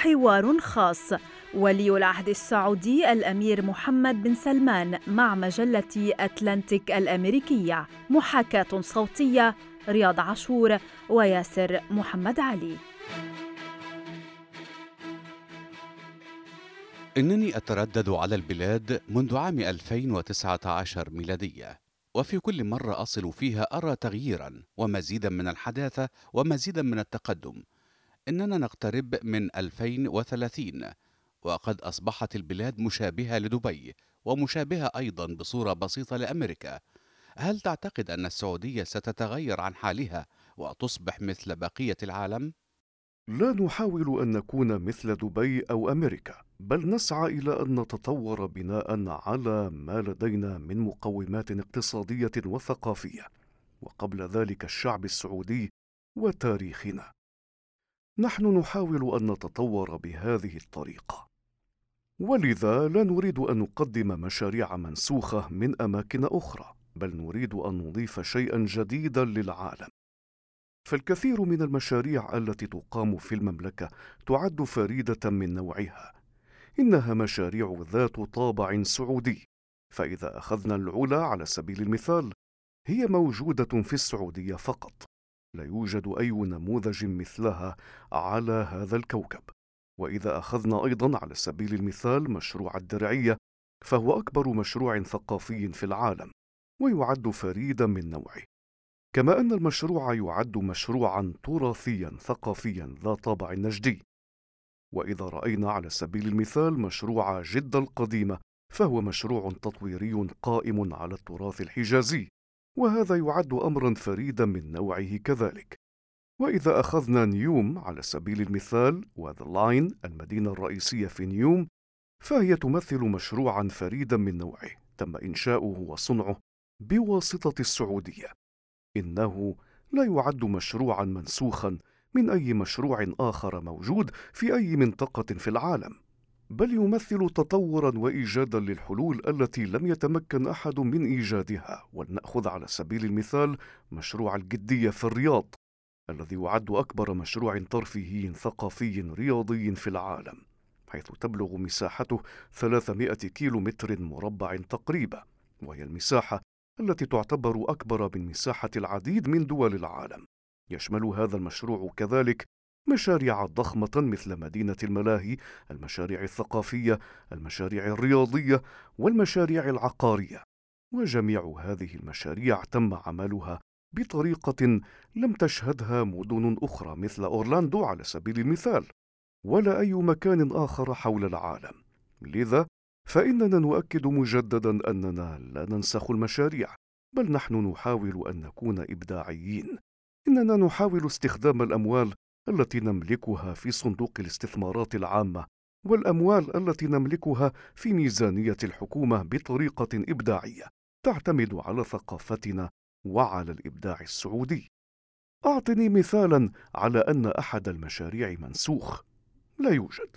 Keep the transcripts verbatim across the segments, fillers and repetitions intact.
حوار خاص. ولي العهد السعودي الأمير محمد بن سلمان مع مجلة أتلانتيك الأمريكية. محاكاة صوتية رياض عاشور وياسر محمد علي. إنني أتردد على البلاد منذ عام ألفين وتسعة عشر ميلادية، وفي كل مرة أصل فيها أرى تغييرا ومزيدا من الحداثة ومزيدا من التقدم. إننا نقترب من ألفين وثلاثين وقد أصبحت البلاد مشابهة لدبي ومشابهة أيضا بصورة بسيطة لأمريكا. هل تعتقد أن السعودية ستتغير عن حالها وتصبح مثل بقية العالم؟ لا نحاول أن نكون مثل دبي أو أمريكا، بل نسعى إلى أن نتطور بناء على ما لدينا من مقومات اقتصادية وثقافية، وقبل ذلك الشعب السعودي وتاريخنا. نحن نحاول أن نتطور بهذه الطريقة، ولذا لا نريد أن نقدم مشاريع منسوخة من أماكن أخرى، بل نريد أن نضيف شيئا جديدا للعالم. فالكثير من المشاريع التي تقام في المملكة تعد فريدة من نوعها، إنها مشاريع ذات طابع سعودي. فإذا أخذنا العلا على سبيل المثال، هي موجودة في السعودية فقط، لا يوجد أي نموذج مثلها على هذا الكوكب. وإذا أخذنا أيضا على سبيل المثال مشروع الدرعية، فهو أكبر مشروع ثقافي في العالم ويعد فريدا من نوعه، كما أن المشروع يعد مشروعا تراثيا ثقافيا ذا طابع نجدي. وإذا رأينا على سبيل المثال مشروع جدة القديمة، فهو مشروع تطويري قائم على التراث الحجازي، وهذا يعد أمرا فريدا من نوعه كذلك. وإذا أخذنا نيوم على سبيل المثال وذا لاين المدينة الرئيسية في نيوم، فهي تمثل مشروعا فريدا من نوعه تم إنشاؤه وصنعه بواسطة السعودية. إنه لا يعد مشروعا منسوخا من أي مشروع آخر موجود في أي منطقة في العالم، بل يمثل تطورا وإيجادا للحلول التي لم يتمكن أحد من إيجادها. ولنأخذ على سبيل المثال مشروع الجدية في الرياض، الذي يعد أكبر مشروع ترفيهي ثقافي رياضي في العالم، حيث تبلغ مساحته ثلاثمائة كيلو متر مربع تقريبا، وهي المساحة التي تعتبر أكبر من مساحة العديد من دول العالم. يشمل هذا المشروع كذلك مشاريع ضخمة مثل مدينة الملاهي، المشاريع الثقافية، المشاريع الرياضية، والمشاريع العقارية. وجميع هذه المشاريع تم عملها بطريقة لم تشهدها مدن أخرى مثل أورلاندو على سبيل المثال، ولا أي مكان آخر حول العالم. لذا فإننا نؤكد مجددا أننا لا ننسخ المشاريع، بل نحن نحاول أن نكون إبداعيين. إننا نحاول استخدام الأموال التي نملكها في صندوق الاستثمارات العامة والأموال التي نملكها في ميزانية الحكومة بطريقة إبداعية تعتمد على ثقافتنا وعلى الإبداع السعودي. أعطني مثالا على أن أحد المشاريع منسوخ. لا يوجد.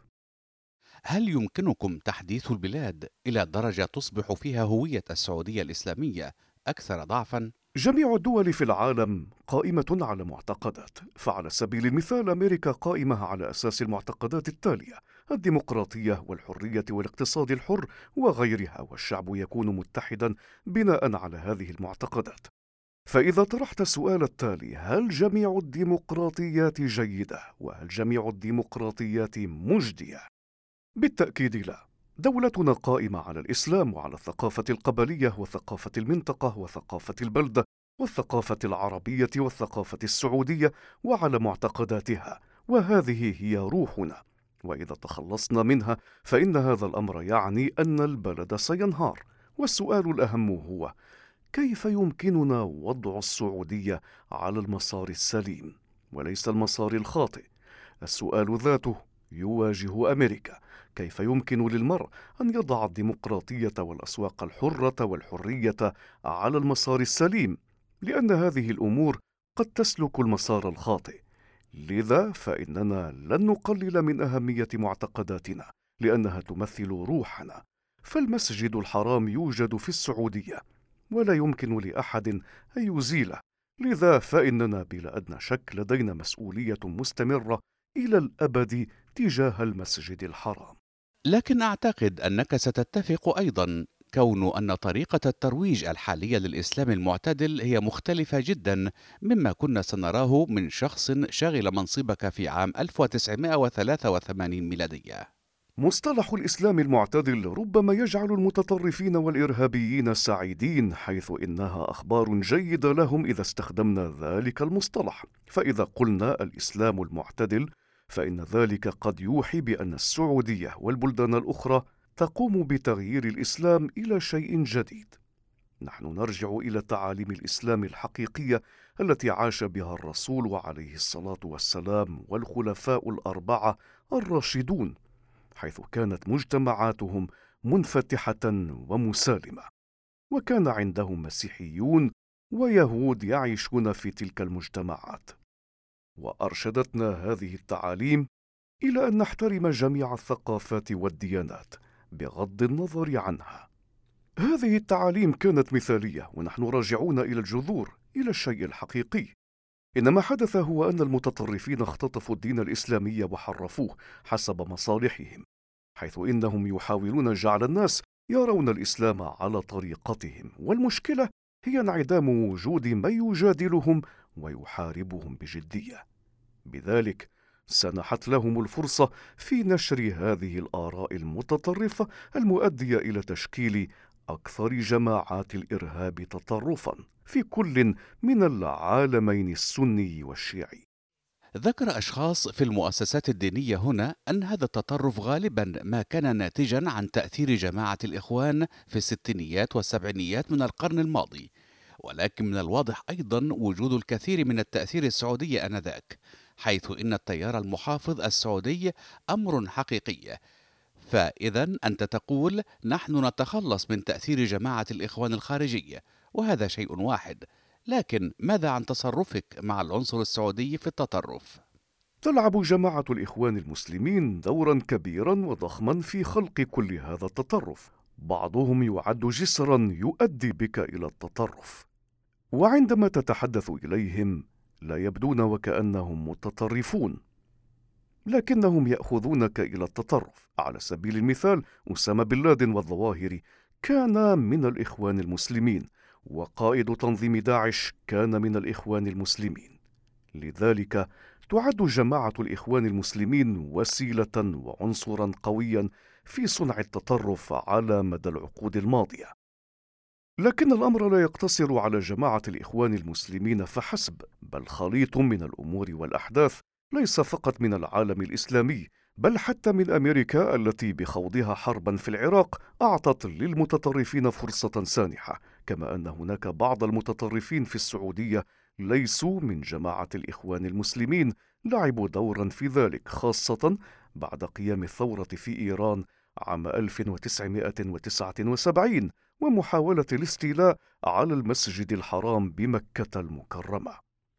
هل يمكنكم تحديث البلاد إلى درجة تصبح فيها هوية السعودية الإسلامية أكثر ضعفا؟ جميع الدول في العالم قائمة على معتقدات، فعلى سبيل المثال أمريكا قائمة على أساس المعتقدات التالية: الديمقراطية والحرية والاقتصاد الحر وغيرها، والشعب يكون متحدا بناء على هذه المعتقدات. فإذا طرحت السؤال التالي: هل جميع الديمقراطيات جيدة؟ وهل جميع الديمقراطيات مجدية؟ بالتأكيد لا. دولتنا قائمة على الإسلام وعلى الثقافة القبلية وثقافة المنطقة وثقافة البلدة والثقافة العربية والثقافة السعودية وعلى معتقداتها، وهذه هي روحنا. وإذا تخلصنا منها فإن هذا الأمر يعني أن البلد سينهار. والسؤال الأهم هو: كيف يمكننا وضع السعودية على المسار السليم وليس المسار الخاطئ؟ السؤال ذاته يواجه أمريكا: كيف يمكن للمرء أن يضع الديمقراطية والأسواق الحرة والحرية على المسار السليم؟ لأن هذه الأمور قد تسلك المسار الخاطئ. لذا فإننا لن نقلل من أهمية معتقداتنا، لأنها تمثل روحنا. فالمسجد الحرام يوجد في السعودية ولا يمكن لأحد أن يزيله. لذا فإننا بلا أدنى شك لدينا مسؤولية مستمرة إلى الأبد تجاه المسجد الحرام. لكن أعتقد أنك ستتفق أيضا كون أن طريقة الترويج الحالية للإسلام المعتدل هي مختلفة جدا مما كنا سنراه من شخص شغل منصبك في عام ألف وتسعمائة وثلاثة وثمانين ميلادية. مصطلح الإسلام المعتدل ربما يجعل المتطرفين والإرهابيين سعيدين، حيث إنها أخبار جيدة لهم إذا استخدمنا ذلك المصطلح. فإذا قلنا الإسلام المعتدل فإن ذلك قد يوحي بأن السعودية والبلدان الأخرى تقوم بتغيير الإسلام إلى شيء جديد. نحن نرجع إلى تعاليم الإسلام الحقيقية التي عاش بها الرسول عليه الصلاة والسلام والخلفاء الأربعة الراشدون، حيث كانت مجتمعاتهم منفتحة ومسالمة، وكان عندهم مسيحيون ويهود يعيشون في تلك المجتمعات. وأرشدتنا هذه التعاليم إلى أن نحترم جميع الثقافات والديانات بغض النظر عنها. هذه التعاليم كانت مثالية، ونحن راجعون إلى الجذور، إلى الشيء الحقيقي. إنما حدث هو أن المتطرفين اختطفوا الدين الإسلامي وحرفوه حسب مصالحهم، حيث إنهم يحاولون جعل الناس يرون الإسلام على طريقتهم، والمشكلة هي انعدام وجود من يجادلهم ويحاربهم بجدية. بذلك سنحت لهم الفرصة في نشر هذه الآراء المتطرفة المؤدية إلى تشكيل أكثر جماعات الإرهاب تطرفاً في كل من العالمين السني والشيعي. ذكر أشخاص في المؤسسات الدينية هنا أن هذا التطرف غالبا ما كان ناتجا عن تأثير جماعة الإخوان في الستينيات والسبعينيات من القرن الماضي، ولكن من الواضح أيضا وجود الكثير من التأثير السعودي آنذاك، حيث إن التيار المحافظ السعودي أمر حقيقي. فإذا أنت تقول نحن نتخلص من تأثير جماعة الإخوان الخارجية، وهذا شيء واحد، لكن ماذا عن تصرفك مع العنصر السعودي في التطرف؟ تلعب جماعة الإخوان المسلمين دورا كبيرا وضخما في خلق كل هذا التطرف. بعضهم يعد جسرا يؤدي بك إلى التطرف، وعندما تتحدث إليهم لا يبدون وكأنهم متطرفون، لكنهم يأخذونك إلى التطرف. على سبيل المثال أسامة بن لادن والظواهري كان من الإخوان المسلمين، وقائد تنظيم داعش كان من الإخوان المسلمين. لذلك تعد جماعة الإخوان المسلمين وسيلة وعنصرا قويا في صنع التطرف على مدى العقود الماضية. لكن الأمر لا يقتصر على جماعة الإخوان المسلمين فحسب، بل خليط من الأمور والأحداث ليس فقط من العالم الإسلامي، بل حتى من أمريكا التي بخوضها حربا في العراق أعطت للمتطرفين فرصة سانحة، كما أن هناك بعض المتطرفين في السعودية ليسوا من جماعة الإخوان المسلمين لعبوا دورا في ذلك، خاصة بعد قيام الثورة في إيران عام ألف وتسعمائة وتسعة وسبعين ومحاولة الاستيلاء على المسجد الحرام بمكة المكرمة.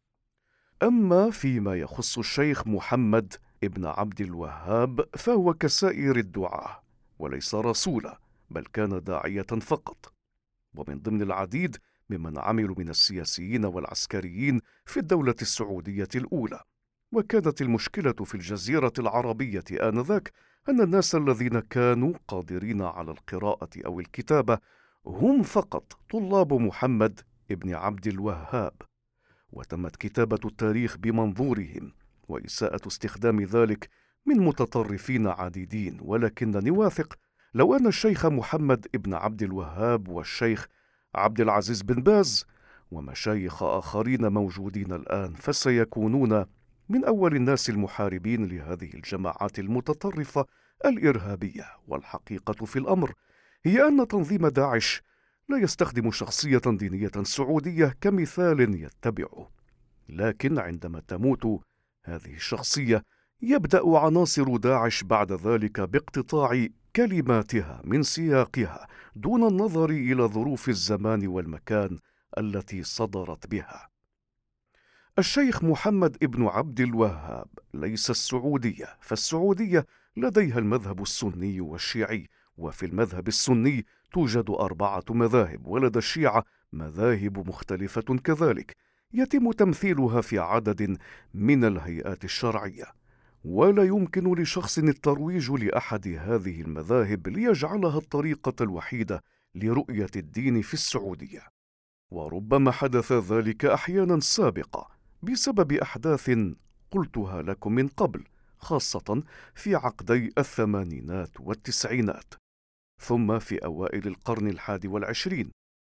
أما فيما يخص الشيخ محمد ابن عبد الوهاب فهو كسائر الدعاة، وليس رسولا، بل كان داعية فقط، ومن ضمن العديد ممن عملوا من السياسيين والعسكريين في الدولة السعودية الأولى. وكانت المشكلة في الجزيرة العربية آنذاك أن الناس الذين كانوا قادرين على القراءة أو الكتابة هم فقط طلاب محمد ابن عبد الوهاب، وتمت كتابة التاريخ بمنظورهم وإساءة استخدام ذلك من متطرفين عديدين. ولكنني واثق لو أن الشيخ محمد ابن عبد الوهاب والشيخ عبد العزيز بن باز ومشايخ آخرين موجودين الآن فسيكونون من أول الناس المحاربين لهذه الجماعات المتطرفة الإرهابية. والحقيقة في الأمر هي أن تنظيم داعش لا يستخدم شخصية دينية سعودية كمثال يتبعه، لكن عندما تموت هذه الشخصية يبدأ عناصر داعش بعد ذلك باقتطاع كلماتها من سياقها دون النظر إلى ظروف الزمان والمكان التي صدرت بها. الشيخ محمد ابن عبد الوهاب ليس السعودية، فالسعودية لديها المذهب السني والشيعي، وفي المذهب السني توجد أربعة مذاهب، ولدى الشيعة مذاهب مختلفة كذلك يتم تمثيلها في عدد من الهيئات الشرعية. ولا يمكن لشخص الترويج لأحد هذه المذاهب ليجعلها الطريقة الوحيدة لرؤية الدين في السعودية. وربما حدث ذلك أحيانا سابقة بسبب أحداث قلتها لكم من قبل، خاصة في عقدي الثمانينات والتسعينات، ثم في أوائل القرن الحادي والعشرين.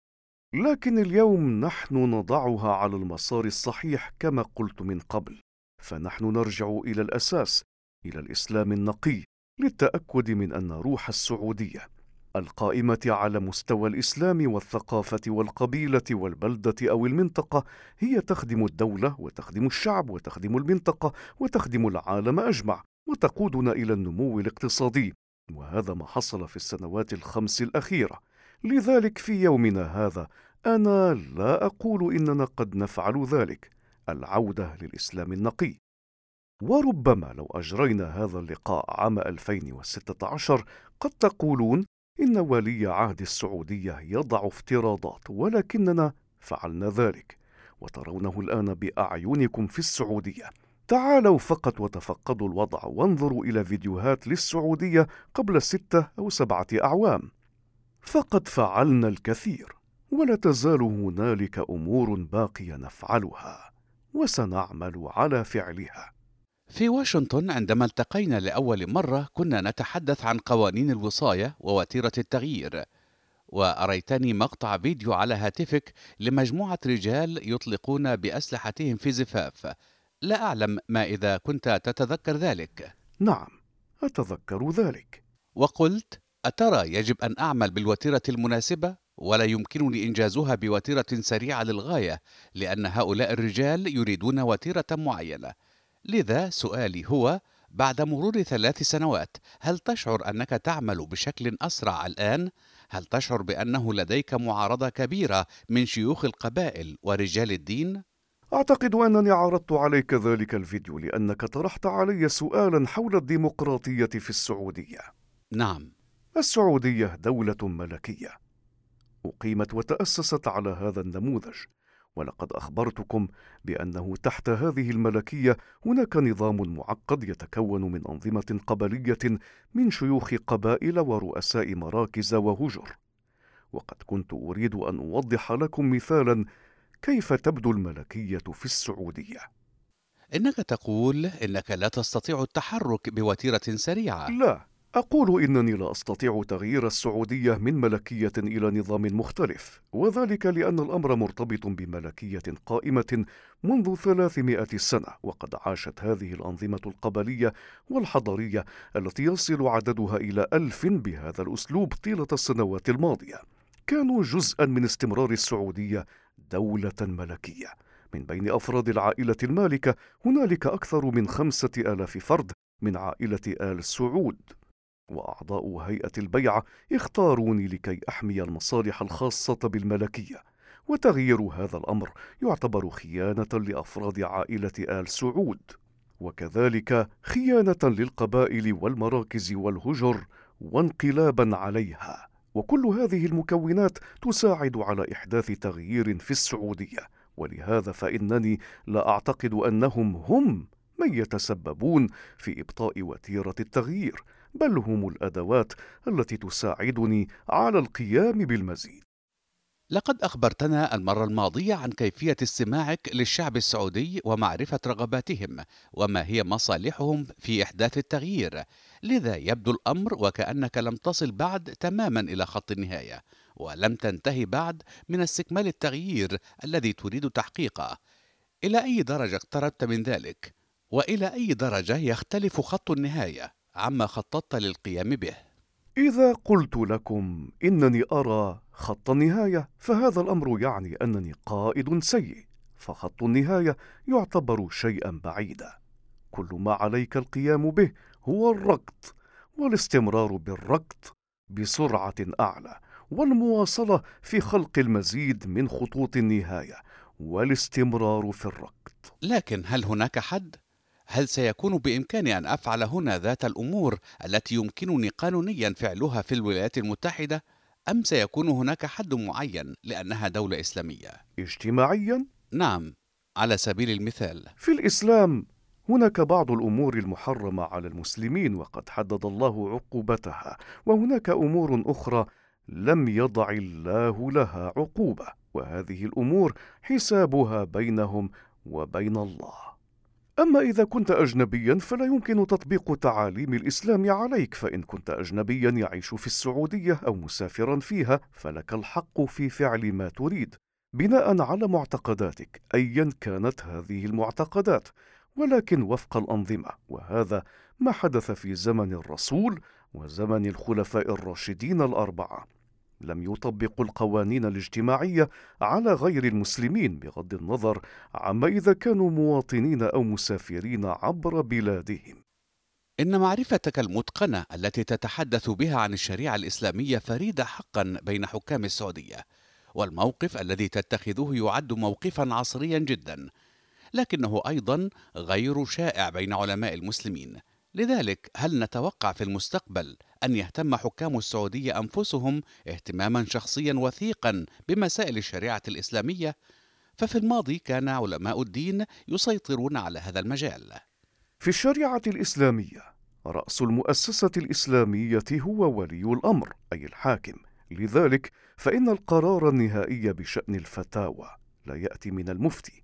لكن اليوم نحن نضعها على المسار الصحيح كما قلت من قبل، فنحن نرجع إلى الأساس، إلى الإسلام النقي، للتأكد من أن روح السعودية القائمة على مستوى الإسلام والثقافة والقبيلة والبلدة أو المنطقة هي تخدم الدولة وتخدم الشعب وتخدم المنطقة وتخدم العالم أجمع، وتقودنا إلى النمو الاقتصادي، وهذا ما حصل في السنوات الخمس الأخيرة. لذلك في يومنا هذا أنا لا أقول إننا قد نفعل ذلك، العودة للإسلام النقي. وربما لو أجرينا هذا اللقاء عام ألفين وستة عشر قد تقولون إن ولي عهد السعودية يضع افتراضات، ولكننا فعلنا ذلك وترونه الآن بأعينكم في السعودية. تعالوا فقط وتفقدوا الوضع وانظروا إلى فيديوهات للسعودية قبل ستة أو سبعة أعوام، فقد فعلنا الكثير، ولا تزال هنالك أمور باقية نفعلها وسنعمل على فعلها. في واشنطن عندما التقينا لأول مرة كنا نتحدث عن قوانين الوصاية ووتيرة التغيير، وأريتني مقطع فيديو على هاتفك لمجموعة رجال يطلقون بأسلحتهم في زفاف. لا أعلم ما إذا كنت تتذكر ذلك. نعم، أتذكر ذلك. وقلت: أترى يجب أن أعمل بالوتيرة المناسبة ولا يمكنني إنجازها بوتيرة سريعة للغاية، لأن هؤلاء الرجال يريدون وتيرة معينة. لذا سؤالي هو: بعد مرور ثلاث سنوات هل تشعر أنك تعمل بشكل أسرع الآن؟ هل تشعر بأنه لديك معارضة كبيرة من شيوخ القبائل ورجال الدين؟ أعتقد أنني عرضت عليك ذلك الفيديو لأنك طرحت علي سؤالا حول الديمقراطية في السعودية. نعم. السعودية دولة ملكية أقيمت وتأسست على هذا النموذج، ولقد أخبرتكم بأنه تحت هذه الملكية هناك نظام معقد يتكون من أنظمة قبلية من شيوخ قبائل ورؤساء مراكز وهجر. وقد كنت أريد أن أوضح لكم مثالا كيف تبدو الملكية في السعودية. إنك تقول إنك لا تستطيع التحرك بوتيرة سريعة. لا، أقول إنني لا أستطيع تغيير السعودية من ملكية إلى نظام مختلف، وذلك لأن الأمر مرتبط بملكية قائمة منذ ثلاثمائة سنة، وقد عاشت هذه الأنظمة القبلية والحضرية التي يصل عددها إلى ألف بهذا الأسلوب طيلة السنوات الماضية. كانوا جزءا من استمرار السعودية دولة ملكية. من بين أفراد العائلة المالكة هنالك أكثر من خمسة آلاف فرد من عائلة آل سعود، وأعضاء هيئة البيعة اختاروني لكي أحمي المصالح الخاصة بالملكية، وتغيير هذا الأمر يعتبر خيانة لأفراد عائلة آل سعود، وكذلك خيانة للقبائل والمراكز والهجر وانقلابا عليها. وكل هذه المكونات تساعد على إحداث تغيير في السعودية، ولهذا فإنني لا أعتقد أنهم هم من يتسببون في إبطاء وتيرة التغيير، بل هم الأدوات التي تساعدني على القيام بالمزيد. لقد أخبرتنا المرة الماضية عن كيفية استماعك للشعب السعودي ومعرفة رغباتهم وما هي مصالحهم في إحداث التغيير، لذا يبدو الأمر وكأنك لم تصل بعد تماما إلى خط النهاية، ولم تنتهي بعد من استكمال التغيير الذي تريد تحقيقه. إلى أي درجة اقتربت من ذلك؟ وإلى أي درجة يختلف خط النهاية عما خططت للقيام به؟ إذا قلت لكم إنني أرى خط النهاية فهذا الأمر يعني أنني قائد سيء، فخط النهاية يعتبر شيئا بعيدا. كل ما عليك القيام به هو الركض والاستمرار بالركض بسرعة أعلى، والمواصلة في خلق المزيد من خطوط النهاية والاستمرار في الركض. لكن هل هناك حد؟ هل سيكون بإمكاني أن أفعل هنا ذات الأمور التي يمكنني قانونيا فعلها في الولايات المتحدة؟ أم سيكون هناك حد معين لأنها دولة إسلامية؟ اجتماعيا؟ نعم، على سبيل المثال في الإسلام هناك بعض الأمور المحرمة على المسلمين وقد حدد الله عقوبتها، وهناك أمور أخرى لم يضع الله لها عقوبة، وهذه الأمور حسابها بينهم وبين الله. أما إذا كنت أجنبيا فلا يمكن تطبيق تعاليم الإسلام عليك، فإن كنت أجنبيا يعيش في السعودية أو مسافرا فيها فلك الحق في فعل ما تريد بناء على معتقداتك أيا كانت هذه المعتقدات، ولكن وفق الأنظمة. وهذا ما حدث في زمن الرسول وزمن الخلفاء الراشدين الأربعة. لم يطبقوا القوانين الاجتماعية على غير المسلمين بغض النظر عما إذا كانوا مواطنين أو مسافرين عبر بلادهم. إن معرفتك المتقنة التي تتحدث بها عن الشريعة الإسلامية فريدة حقا بين حكام السعودية، والموقف الذي تتخذه يعد موقفا عصريا جدا، لكنه أيضا غير شائع بين علماء المسلمين. لذلك هل نتوقع في المستقبل أن يهتم حكام السعودية أنفسهم اهتماما شخصيا وثيقا بمسائل الشريعة الإسلامية؟ ففي الماضي كان علماء الدين يسيطرون على هذا المجال. في الشريعة الإسلامية رأس المؤسسة الإسلامية هو ولي الأمر أي الحاكم، لذلك فإن القرار النهائي بشأن الفتاوى لا يأتي من المفتي،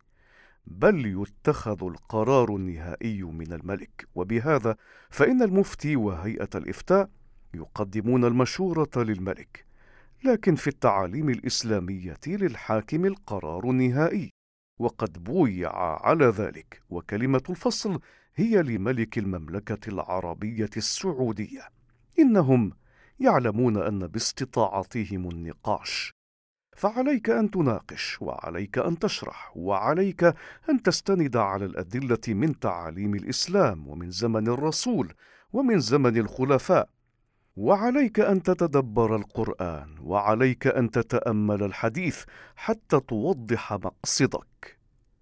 بل يتخذ القرار النهائي من الملك، وبهذا فإن المفتي وهيئة الإفتاء يقدمون المشورة للملك، لكن في التعاليم الإسلامية للحاكم القرار النهائي، وقد بويع على ذلك، وكلمة الفصل هي لملك المملكة العربية السعودية. إنهم يعلمون أن باستطاعتهم النقاش، فعليك أن تناقش، وعليك أن تشرح، وعليك أن تستند على الأدلة من تعاليم الإسلام ومن زمن الرسول ومن زمن الخلفاء، وعليك أن تتدبر القرآن، وعليك أن تتأمل الحديث حتى توضح مقصدك،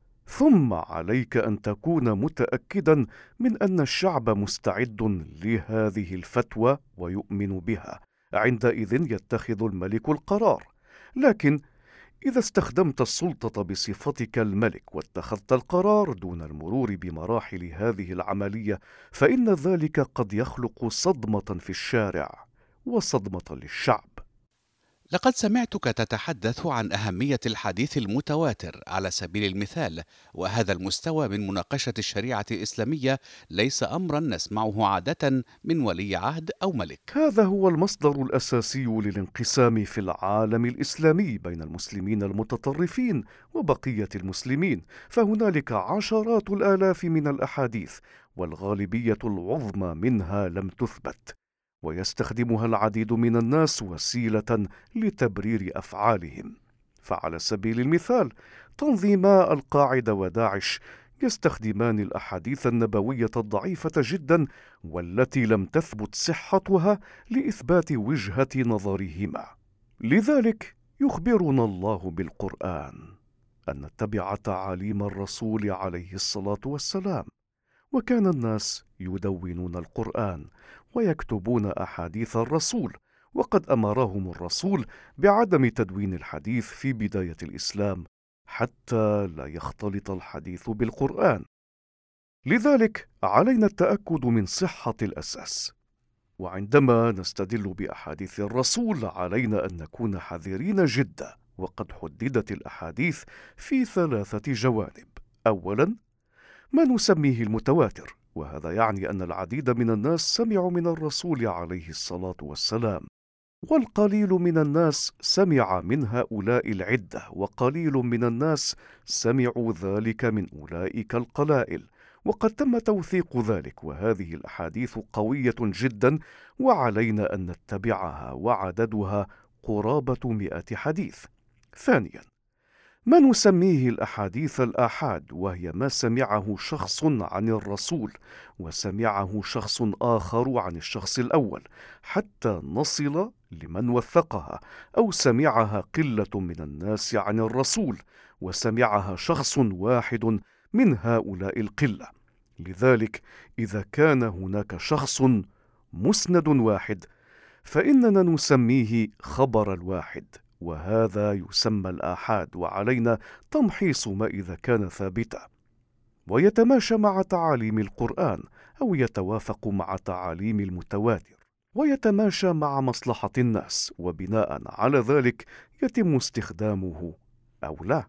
ثم عليك أن تكون متأكدا من أن الشعب مستعد لهذه الفتوى ويؤمن بها، عندئذ يتخذ الملك القرار. لكن إذا استخدمت السلطة بصفتك الملك واتخذت القرار دون المرور بمراحل هذه العملية، فإن ذلك قد يخلق صدمة في الشارع وصدمة للشعب. لقد سمعتك تتحدث عن أهمية الحديث المتواتر على سبيل المثال، وهذا المستوى من مناقشة الشريعة الإسلامية ليس أمرا نسمعه عادة من ولي عهد أو ملك. هذا هو المصدر الأساسي للانقسام في العالم الإسلامي بين المسلمين المتطرفين وبقية المسلمين، فهنالك عشرات الآلاف من الأحاديث، والغالبية العظمى منها لم تثبت، ويستخدمها العديد من الناس وسيلة لتبرير أفعالهم. فعلى سبيل المثال تنظيما القاعدة وداعش يستخدمان الأحاديث النبوية الضعيفة جدا والتي لم تثبت صحتها لإثبات وجهة نظرهما. لذلك يخبرنا الله بالقرآن أن نتبع تعاليم الرسول عليه الصلاة والسلام، وكان الناس يدونون القرآن ويكتبون أحاديث الرسول، وقد أمرهم الرسول بعدم تدوين الحديث في بداية الإسلام حتى لا يختلط الحديث بالقرآن. لذلك علينا التأكد من صحة الأساس، وعندما نستدل بأحاديث الرسول علينا أن نكون حذرين جدا، وقد حددت الأحاديث في ثلاثة جوانب. أولا، ما نسميه المتواتر، وهذا يعني أن العديد من الناس سمعوا من الرسول عليه الصلاة والسلام، والقليل من الناس سمع من هؤلاء العدة، وقليل من الناس سمعوا ذلك من أولئك القلائل، وقد تم توثيق ذلك، وهذه الأحاديث قوية جدا وعلينا أن نتبعها، وعددها قرابة مئة حديث. ثانيا، ما نسميه الأحاديث الآحاد، وهي ما سمعه شخص عن الرسول وسمعه شخص آخر عن الشخص الأول حتى نصل لمن وثقها، أو سمعها قلة من الناس عن الرسول وسمعها شخص واحد من هؤلاء القلة. لذلك إذا كان هناك شخص مسند واحد فإننا نسميه خبر الواحد، وهذا يسمى الآحاد، وعلينا تمحيص ما إذا كان ثابتا. ويتماشى مع تعاليم القرآن أو يتوافق مع تعاليم المتواتر، ويتماشى مع مصلحة الناس، وبناء على ذلك يتم استخدامه أو لا.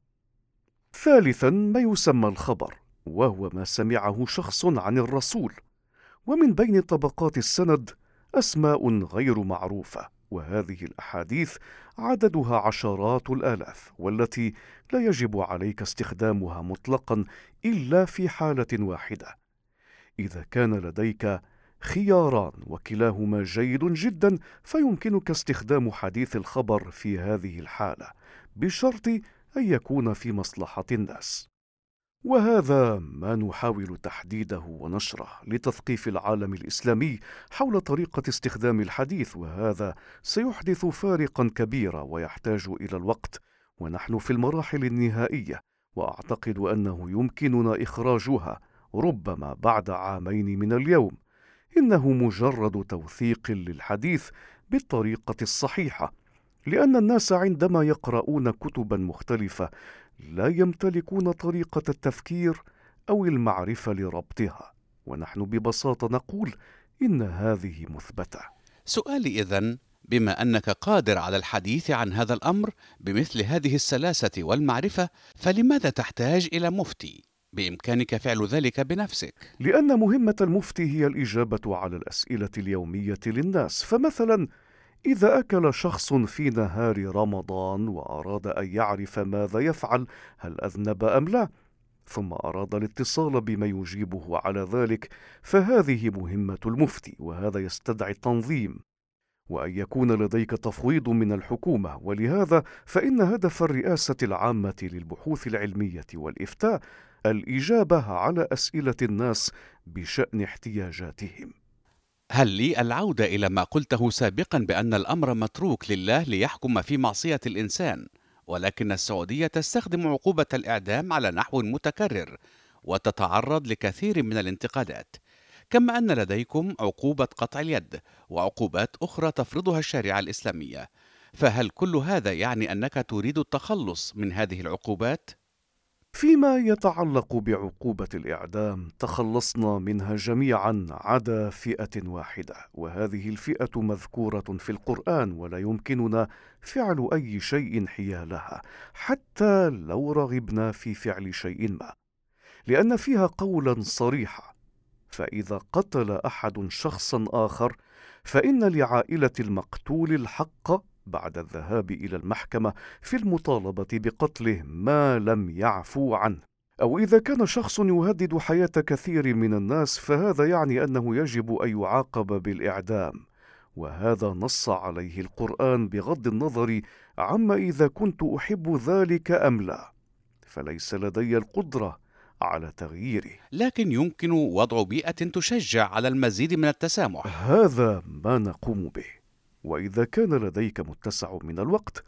ثالثا، ما يسمى الخبر، وهو ما سمعه شخص عن الرسول، ومن بين طبقات السند أسماء غير معروفة، وهذه الأحاديث عددها عشرات الآلاف، والتي لا يجب عليك استخدامها مطلقا إلا في حالة واحدة: إذا كان لديك خياران وكلاهما جيد جدا، فيمكنك استخدام حديث الخبر في هذه الحالة، بشرط أن يكون في مصلحة الناس. وهذا ما نحاول تحديده ونشره لتثقيف العالم الإسلامي حول طريقة استخدام الحديث، وهذا سيحدث فارقا كبيرا ويحتاج إلى الوقت، ونحن في المراحل النهائية، وأعتقد أنه يمكننا إخراجها ربما بعد عامين من اليوم. إنه مجرد توثيق للحديث بالطريقة الصحيحة، لأن الناس عندما يقرؤون كتبا مختلفة لا يمتلكون طريقة التفكير أو المعرفة لربطها، ونحن ببساطة نقول إن هذه مثبتة. سؤالي إذن، بما أنك قادر على الحديث عن هذا الأمر بمثل هذه السلاسة والمعرفة، فلماذا تحتاج إلى مفتي؟ بإمكانك فعل ذلك بنفسك. لأن مهمة المفتي هي الإجابة على الأسئلة اليومية للناس. فمثلا، إذا أكل شخص في نهار رمضان وأراد أن يعرف ماذا يفعل، هل أذنب أم لا، ثم أراد الاتصال بما يجيبه على ذلك، فهذه مهمة المفتي، وهذا يستدعي التنظيم وأن يكون لديك تفويض من الحكومة. ولهذا فإن هدف الرئاسة العامة للبحوث العلمية والإفتاء الإجابة على أسئلة الناس بشأن احتياجاتهم. هل لي العودة إلى ما قلته سابقا بأن الأمر متروك لله ليحكم في معصية الإنسان، ولكن السعودية تستخدم عقوبة الإعدام على نحو متكرر وتتعرض لكثير من الانتقادات، كما أن لديكم عقوبة قطع اليد وعقوبات أخرى تفرضها الشريعة الإسلامية، فهل كل هذا يعني أنك تريد التخلص من هذه العقوبات؟ فيما يتعلق بعقوبة الإعدام، تخلصنا منها جميعا عدا فئة واحدة، وهذه الفئة مذكورة في القرآن، ولا يمكننا فعل أي شيء حيالها حتى لو رغبنا في فعل شيء ما، لأن فيها قولا صريحا: فإذا قتل أحد شخصا آخر فإن لعائلة المقتول الحق بعد الذهاب إلى المحكمة في المطالبة بقتله ما لم يعفو عنه. أو إذا كان شخص يهدد حياة كثير من الناس، فهذا يعني أنه يجب أن يعاقب بالإعدام، وهذا نص عليه القرآن بغض النظر عما إذا كنت أحب ذلك أم لا، فليس لدي القدرة على تغييره. لكن يمكن وضع بيئة تشجع على المزيد من التسامح. هذا ما نقوم به، وإذا كان لديك متسع من الوقت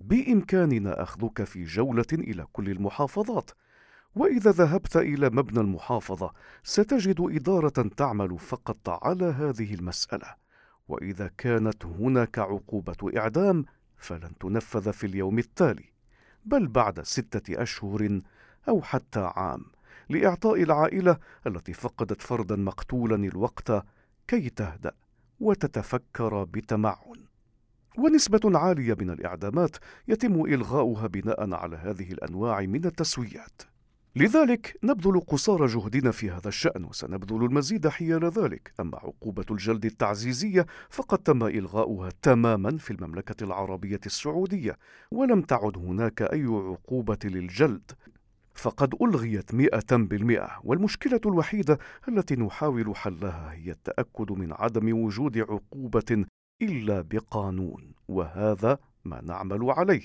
بإمكاننا أخذك في جولة إلى كل المحافظات، وإذا ذهبت إلى مبنى المحافظة ستجد إدارة تعمل فقط على هذه المسألة، وإذا كانت هناك عقوبة إعدام فلن تنفذ في اليوم التالي، بل بعد ستة أشهر أو حتى عام، لإعطاء العائلة التي فقدت فردا مقتولا الوقت كي تهدأ وتتفكر بتمعن. ونسبة عالية من الإعدامات يتم إلغاؤها بناء على هذه الأنواع من التسويات. لذلك نبذل قصارى جهدنا في هذا الشأن، وسنبذل المزيد حيال ذلك. أما عقوبة الجلد التعزيزية فقد تم إلغاؤها تماما في المملكة العربية السعودية، ولم تعد هناك أي عقوبة للجلد، فقد ألغيت مئة بالمئة. والمشكلة الوحيدة التي نحاول حلها هي التأكد من عدم وجود عقوبة إلا بقانون، وهذا ما نعمل عليه.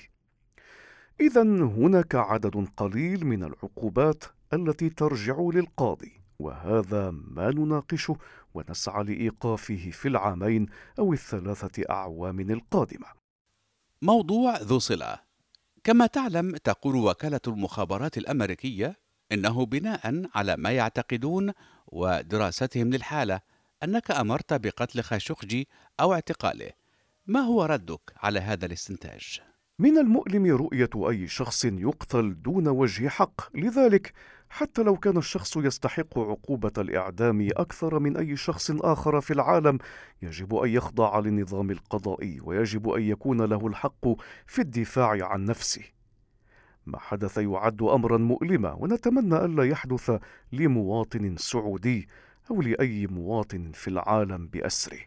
إذن هناك عدد قليل من العقوبات التي ترجع للقاضي، وهذا ما نناقشه ونسعى لإيقافه في العامين أو الثلاثة أعوام القادمة. موضوع ذو صلة. كما تعلم، تقول وكالة المخابرات الأمريكية إنه بناء على ما يعتقدون ودراستهم للحالة أنك أمرت بقتل خاشقجي أو اعتقاله. ما هو ردك على هذا الاستنتاج؟ من المؤلم رؤية أي شخص يقتل دون وجه حق، لذلك حتى لو كان الشخص يستحق عقوبة الإعدام أكثر من أي شخص آخر في العالم، يجب أن يخضع للنظام القضائي، ويجب أن يكون له الحق في الدفاع عن نفسه. ما حدث يعد أمرا مؤلما، ونتمنى ألا يحدث لمواطن سعودي أو لأي مواطن في العالم بأسره.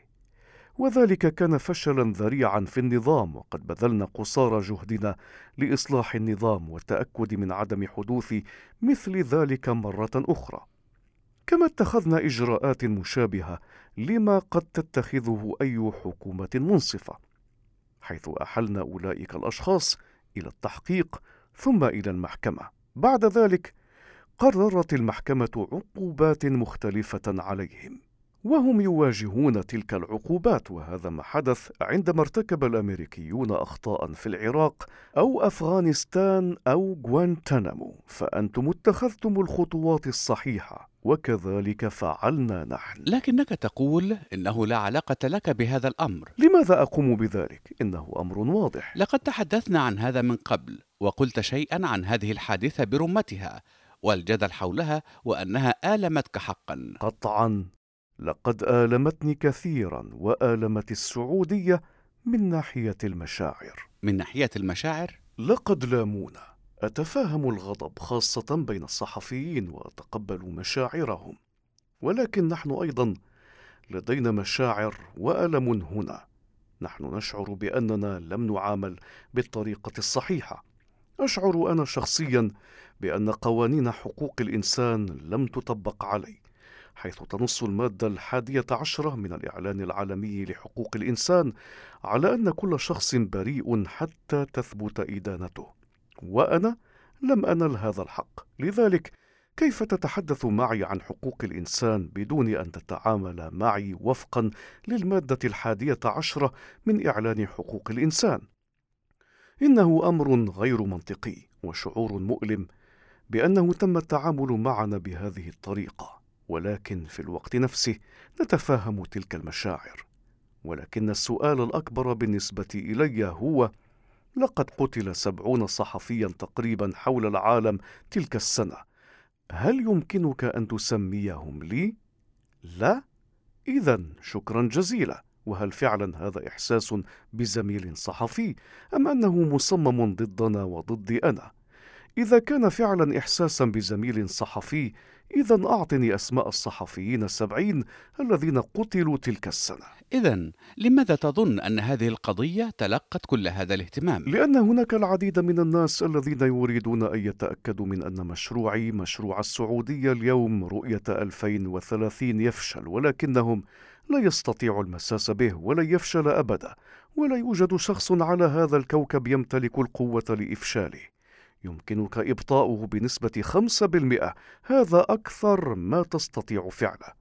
وذلك كان فشلا ذريعا في النظام، وقد بذلنا قصارى جهدنا لإصلاح النظام والتأكد من عدم حدوث مثل ذلك مرة أخرى. كما اتخذنا إجراءات مشابهة لما قد تتخذه أي حكومة منصفة، حيث أحلنا أولئك الأشخاص إلى التحقيق ثم إلى المحكمة. بعد ذلك قررت المحكمة عقوبات مختلفة عليهم، وهم يواجهون تلك العقوبات. وهذا ما حدث عندما ارتكب الأمريكيون أخطاء في العراق أو أفغانستان أو غوانتانامو، فأنتم اتخذتم الخطوات الصحيحة، وكذلك فعلنا نحن. لكنك تقول إنه لا علاقة لك بهذا الأمر. لماذا أقوم بذلك؟ إنه أمر واضح. لقد تحدثنا عن هذا من قبل، وقلت شيئا عن هذه الحادثة برمتها والجدل حولها وأنها آلمتك حقا. قطعا، لقد آلمتني كثيرا، وآلمت السعودية من ناحية المشاعر. من ناحية المشاعر؟ لقد لامونا. أتفاهم الغضب خاصة بين الصحفيين وأتقبل مشاعرهم، ولكن نحن أيضا لدينا مشاعر وألم هنا. نحن نشعر بأننا لم نعامل بالطريقة الصحيحة. أشعر أنا شخصيا بأن قوانين حقوق الإنسان لم تطبق علي، حيث تنص المادة الحادية عشرة من الإعلان العالمي لحقوق الإنسان على أن كل شخص بريء حتى تثبت إدانته، وأنا لم أنل هذا الحق. لذلك كيف تتحدث معي عن حقوق الإنسان بدون أن تتعامل معي وفقا للمادة الحادية عشرة من إعلان حقوق الإنسان؟ إنه أمر غير منطقي وشعور مؤلم بأنه تم التعامل معنا بهذه الطريقة، ولكن في الوقت نفسه نتفاهم تلك المشاعر. ولكن السؤال الأكبر بالنسبة إلي هو: لقد قتل سبعون صحفيا تقريبا حول العالم تلك السنة، هل يمكنك أن تسميهم لي؟ لا؟ إذن شكرا جزيلا. وهل فعلا هذا إحساس بزميل صحفي، أم أنه مصمم ضدنا وضدي أنا؟ إذا كان فعلا إحساسا بزميل صحفي، إذن أعطني أسماء الصحفيين السبعين الذين قتلوا تلك السنة. إذن لماذا تظن أن هذه القضية تلقت كل هذا الاهتمام؟ لأن هناك العديد من الناس الذين يريدون أن يتأكدوا من أن مشروعي، مشروع السعودية اليوم رؤية ألفين وثلاثين، يفشل، ولكنهم لا يستطيعوا المساس به، ولا يفشل أبدا. ولا يوجد شخص على هذا الكوكب يمتلك القوة لإفشاله. يمكنك إبطاؤه بنسبة خمسة بالمئة، هذا أكثر ما تستطيع فعله،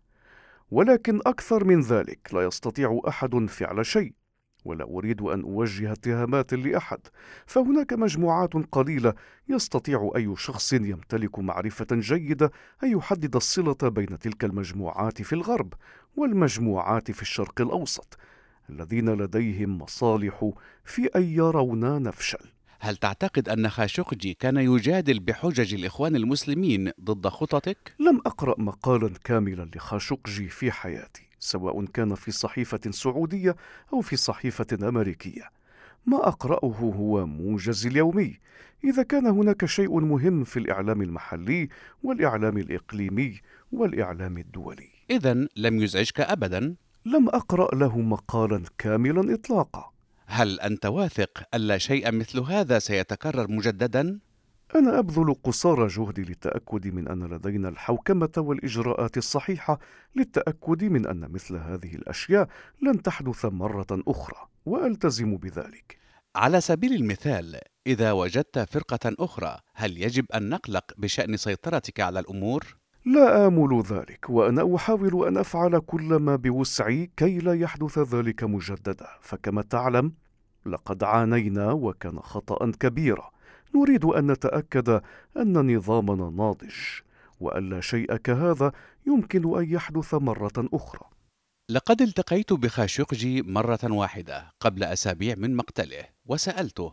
ولكن أكثر من ذلك لا يستطيع أحد فعل شيء. ولا أريد أن أوجه اتهامات لأحد، فهناك مجموعات قليلة يستطيع أي شخص يمتلك معرفة جيدة أن يحدد الصلة بين تلك المجموعات في الغرب والمجموعات في الشرق الأوسط، الذين لديهم مصالح في أن يرونا نفشل. هل تعتقد أن خاشقجي كان يجادل بحجج الإخوان المسلمين ضد خططك؟ لم أقرأ مقالا كاملا لخاشقجي في حياتي، سواء كان في صحيفة سعودية أو في صحيفة أمريكية. ما أقرأه هو موجز اليومي. إذا كان هناك شيء مهم في الإعلام المحلي والإعلام الإقليمي والإعلام الدولي. إذن لم يزعجك أبدا؟ لم أقرأ له مقالا كاملا إطلاقا. هل أنت واثق ألا شيء مثل هذا سيتكرر مجددا؟ أنا أبذل قصارى جهدي للتأكد من أن لدينا الحوكمة والإجراءات الصحيحة للتأكد من أن مثل هذه الأشياء لن تحدث مرة أخرى، وألتزم بذلك. على سبيل المثال، إذا وجدت فرقة أخرى، هل يجب أن نقلق بشأن سيطرتك على الأمور؟ لا آمل ذلك، وأنا أحاول أن أفعل كل ما بوسعي كي لا يحدث ذلك مجددا. فكما تعلم لقد عانينا وكان خطأ كبيرا. نريد أن نتأكد أن نظامنا ناضج، وألا شيء كهذا يمكن أن يحدث مرة أخرى. لقد التقيت بخاشقجي مرة واحدة قبل أسابيع من مقتله، وسألته: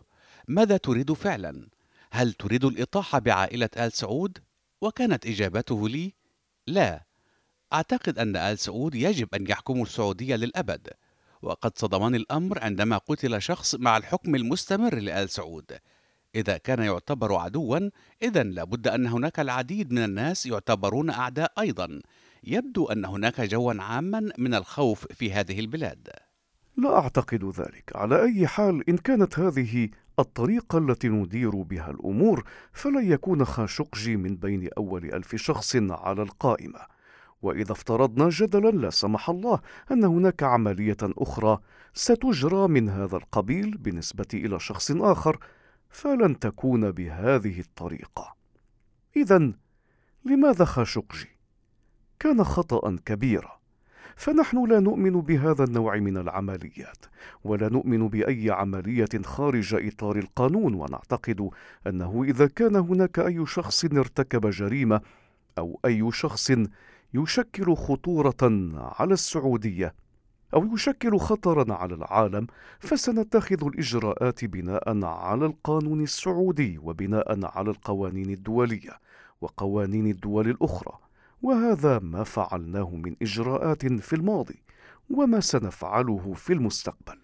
ماذا تريد فعلا؟ هل تريد الإطاحة بعائلة آل سعود؟ وكانت إجابته لي: لا، أعتقد أن آل سعود يجب أن يحكموا السعودية للأبد. وقد صدمني الأمر عندما قتل شخص مع الحكم المستمر لآل سعود. إذا كان يعتبر عدوا، إذن لابد أن هناك العديد من الناس يعتبرون أعداء أيضا. يبدو أن هناك جوا عاما من الخوف في هذه البلاد. لا أعتقد ذلك. على أي حال، إن كانت هذه الطريقة التي ندير بها الأمور، فلن يكون خاشقجي من بين أول ألف شخص على القائمة. وإذا افترضنا جدلا لا سمح الله أن هناك عملية أخرى ستجرى من هذا القبيل بالنسبة إلى شخص آخر، فلن تكون بهذه الطريقة. إذن لماذا خاشقجي؟ كان خطأ كبيرا. فنحن لا نؤمن بهذا النوع من العمليات، ولا نؤمن بأي عملية خارج إطار القانون، ونعتقد أنه إذا كان هناك أي شخص ارتكب جريمة أو أي شخص يشكل خطورة على السعودية أو يشكل خطرا على العالم، فسنتخذ الإجراءات بناء على القانون السعودي وبناء على القوانين الدولية وقوانين الدول الأخرى. وهذا ما فعلناه من إجراءات في الماضي، وما سنفعله في المستقبل.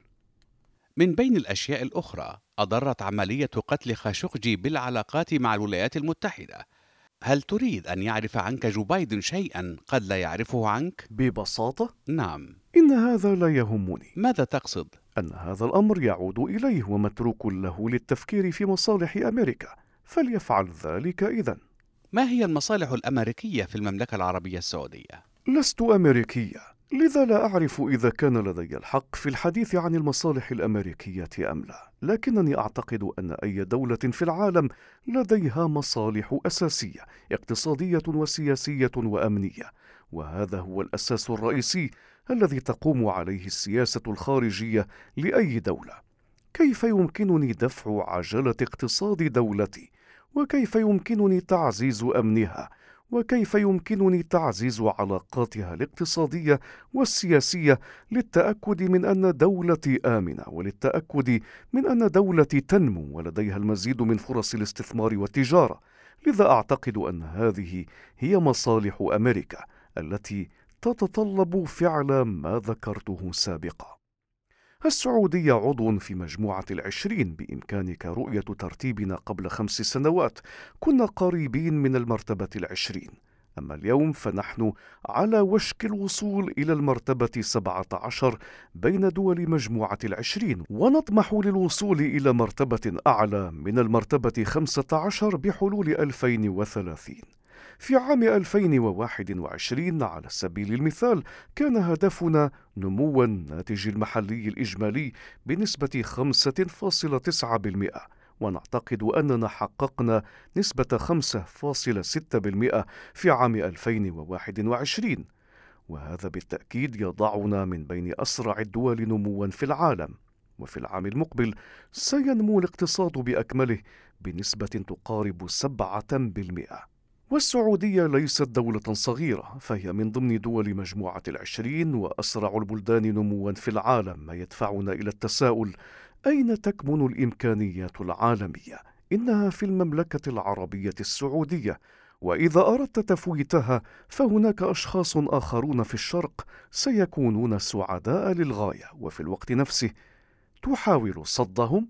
من بين الأشياء الأخرى، أضرت عملية قتل خاشقجي بالعلاقات مع الولايات المتحدة. هل تريد أن يعرف عنك جو بايدن شيئا قد لا يعرفه عنك؟ ببساطة، نعم. إن هذا لا يهمني. ماذا تقصد؟ أن هذا الأمر يعود إليه ومتروك له للتفكير في مصالح أمريكا، فليفعل ذلك إذن. ما هي المصالح الأمريكية في المملكة العربية السعودية؟ لست أمريكية، لذا لا أعرف إذا كان لدي الحق في الحديث عن المصالح الأمريكية أم لا، لكنني أعتقد أن أي دولة في العالم لديها مصالح أساسية اقتصادية وسياسية وأمنية، وهذا هو الأساس الرئيسي الذي تقوم عليه السياسة الخارجية لأي دولة. كيف يمكنني دفع عجلة اقتصاد دولتي؟ وكيف يمكنني تعزيز أمنها؟ وكيف يمكنني تعزيز علاقاتها الاقتصادية والسياسية للتأكد من أن دولتي آمنة، وللتأكد من أن دولتي تنمو ولديها المزيد من فرص الاستثمار والتجارة؟ لذا أعتقد أن هذه هي مصالح أمريكا التي تتطلب فعل ما ذكرته سابقا. السعودية عضو في مجموعة العشرين. بإمكانك رؤية ترتيبنا قبل خمس سنوات، كنا قريبين من المرتبة العشرين، أما اليوم فنحن على وشك الوصول إلى المرتبة سبعة عشر بين دول مجموعة العشرين، ونطمح للوصول إلى مرتبة أعلى من المرتبة خمسة عشر بحلول ألفين وثلاثين. في عام ألفين وواحد وعشرين على سبيل المثال، كان هدفنا نمو الناتج المحلي الإجمالي بنسبة خمسة فاصلة تسعة بالمئة، ونعتقد أننا حققنا نسبة خمسة فاصلة ستة بالمئة في عام ألفين وواحد وعشرين، وهذا بالتأكيد يضعنا من بين أسرع الدول نموا في العالم. وفي العام المقبل سينمو الاقتصاد بأكمله بنسبة تقارب سبعة بالمئة. والسعودية ليست دولة صغيرة، فهي من ضمن دول مجموعة العشرين وأسرع البلدان نموا في العالم، ما يدفعنا إلى التساؤل: أين تكمن الإمكانيات العالمية؟ إنها في المملكة العربية السعودية، وإذا أردت تفويتها فهناك أشخاص آخرون في الشرق سيكونون سعداء للغاية، وفي الوقت نفسه تحاول صدهم.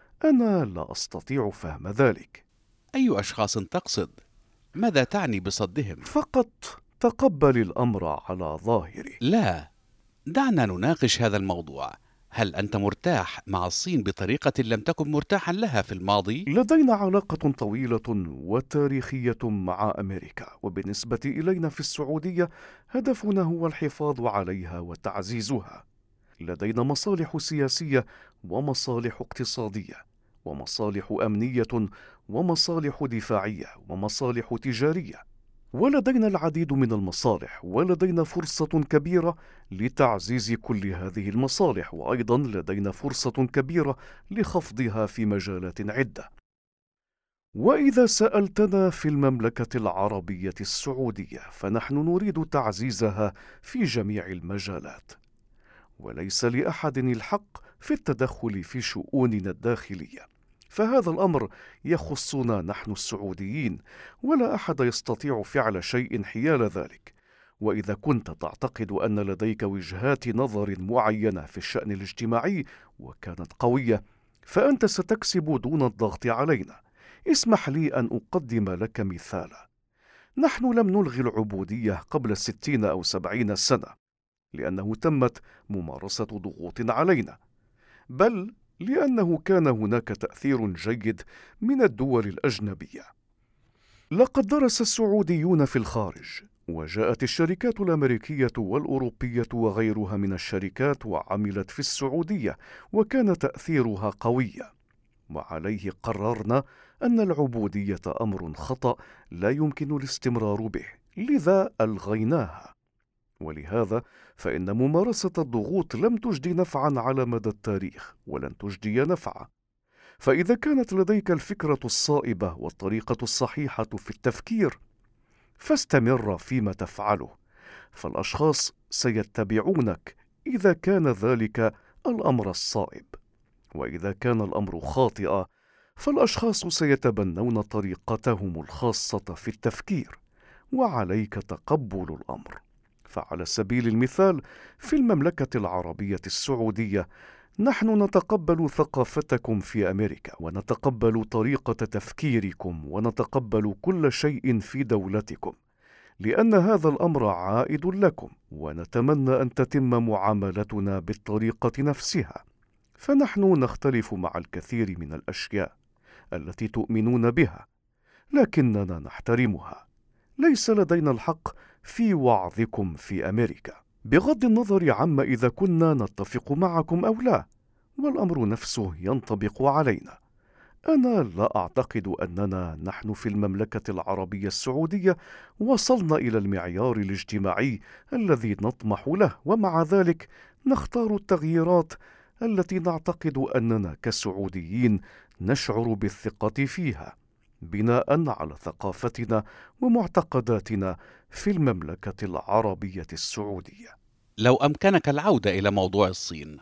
أنا لا أستطيع فهم ذلك. أي أشخاص تقصد؟ ماذا تعني بصدهم؟ فقط تقبل الأمر على ظاهره. لا، دعنا نناقش هذا الموضوع. هل أنت مرتاح مع الصين بطريقة لم تكن مرتاحا لها في الماضي؟ لدينا علاقة طويلة وتاريخية مع أمريكا، وبالنسبة إلينا في السعودية هدفنا هو الحفاظ عليها وتعزيزها. لدينا مصالح سياسية ومصالح اقتصادية ومصالح أمنية ومصالح دفاعية ومصالح تجارية، ولدينا العديد من المصالح، ولدينا فرصة كبيرة لتعزيز كل هذه المصالح، وأيضا لدينا فرصة كبيرة لخفضها في مجالات عدة. وإذا سألتنا في المملكة العربية السعودية، فنحن نريد تعزيزها في جميع المجالات، وليس لأحد الحق في التدخل في شؤوننا الداخلية، فهذا الأمر يخصنا نحن السعوديين، ولا أحد يستطيع فعل شيء حيال ذلك. وإذا كنت تعتقد أن لديك وجهات نظر معينة في الشأن الاجتماعي وكانت قوية، فأنت ستكسب دون الضغط علينا. اسمح لي أن أقدم لك مثالا. نحن لم نلغي العبودية قبل ستين أو سبعين سنة لأنه تمت ممارسة ضغوط علينا، بل لأنه كان هناك تأثير جيد من الدول الأجنبية. لقد درس السعوديون في الخارج، وجاءت الشركات الأمريكية والأوروبية وغيرها من الشركات وعملت في السعودية، وكان تأثيرها قويا، وعليه قررنا أن العبودية أمر خطأ لا يمكن الاستمرار به، لذا ألغيناها. ولهذا فإن ممارسة الضغوط لم تجدي نفعا على مدى التاريخ ولن تجدي نفعا. فإذا كانت لديك الفكرة الصائبة والطريقة الصحيحة في التفكير فاستمر فيما تفعله، فالأشخاص سيتبعونك إذا كان ذلك الأمر الصائب، وإذا كان الأمر خاطئا فالأشخاص سيتبنون طريقتهم الخاصة في التفكير، وعليك تقبل الأمر. فعلى سبيل المثال في المملكة العربية السعودية نحن نتقبل ثقافتكم في أمريكا، ونتقبل طريقة تفكيركم، ونتقبل كل شيء في دولتكم، لأن هذا الأمر عائد لكم، ونتمنى أن تتم معاملتنا بالطريقة نفسها. فنحن نختلف مع الكثير من الأشياء التي تؤمنون بها، لكننا نحترمها. ليس لدينا الحق في وعظكم في أمريكا، بغض النظر عما إذا كنا نتفق معكم أو لا، والأمر نفسه ينطبق علينا. أنا لا أعتقد أننا نحن في المملكة العربية السعودية وصلنا إلى المعيار الاجتماعي الذي نطمح له، ومع ذلك نختار التغييرات التي نعتقد أننا كسعوديين نشعر بالثقة فيها، بناء على ثقافتنا ومعتقداتنا في المملكة العربية السعودية. لو أمكنك العودة إلى موضوع الصين.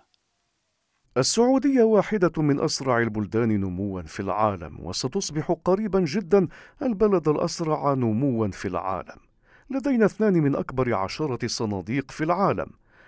السعودية واحدة من أسرع البلدان نمواً في العالم، وستصبح قريباً جداً البلد الأسرع نمواً في العالم. لدينا اثنان من أكبر عشرة صناديق في العالم،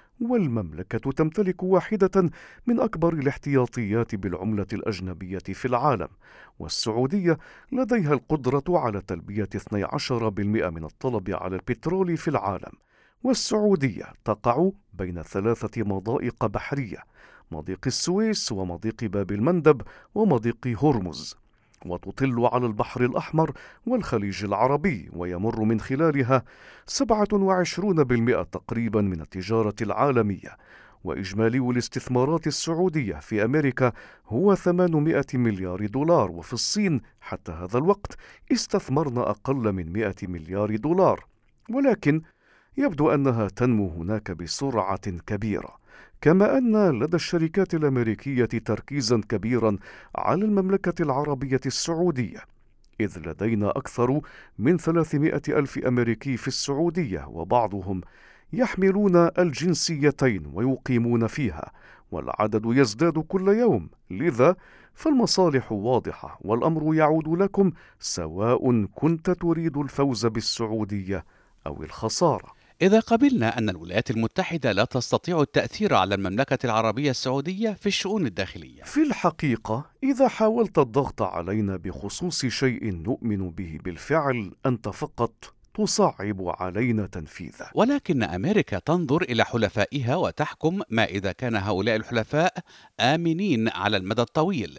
والمملكة تمتلك واحدة من أكبر الاحتياطيات بالعملة الأجنبية في العالم، والسعودية لديها القدرة على تلبية اثني عشر بالمئة من الطلب على البترول في العالم. والسعودية تقع بين ثلاثة مضائق بحرية: مضيق السويس، ومضيق باب المندب، ومضيق هرمز، وتطل على البحر الأحمر والخليج العربي، ويمر من خلالها سبعة وعشرين بالمئة تقريبا من التجارة العالمية. وإجمالي الاستثمارات السعودية في أمريكا هو ثمانمائة مليار دولار، وفي الصين حتى هذا الوقت استثمرنا أقل من مائة مليار دولار، ولكن يبدو أنها تنمو هناك بسرعة كبيرة. كما أن لدى الشركات الأمريكية تركيزا كبيرا على المملكة العربية السعودية، إذ لدينا أكثر من ثلاثمائة ألف أمريكي في السعودية، وبعضهم يحملون الجنسيتين ويقيمون فيها، والعدد يزداد كل يوم. لذا فالمصالح واضحة، والأمر يعود لكم سواء كنت تريد الفوز بالسعودية أو الخسارة. إذا قبلنا أن الولايات المتحدة لا تستطيع التأثير على المملكة العربية السعودية في الشؤون الداخلية، في الحقيقة إذا حاولت الضغط علينا بخصوص شيء نؤمن به بالفعل، أنت فقط تصعب علينا تنفيذه. ولكن أمريكا تنظر إلى حلفائها وتحكم ما إذا كان هؤلاء الحلفاء آمنين على المدى الطويل،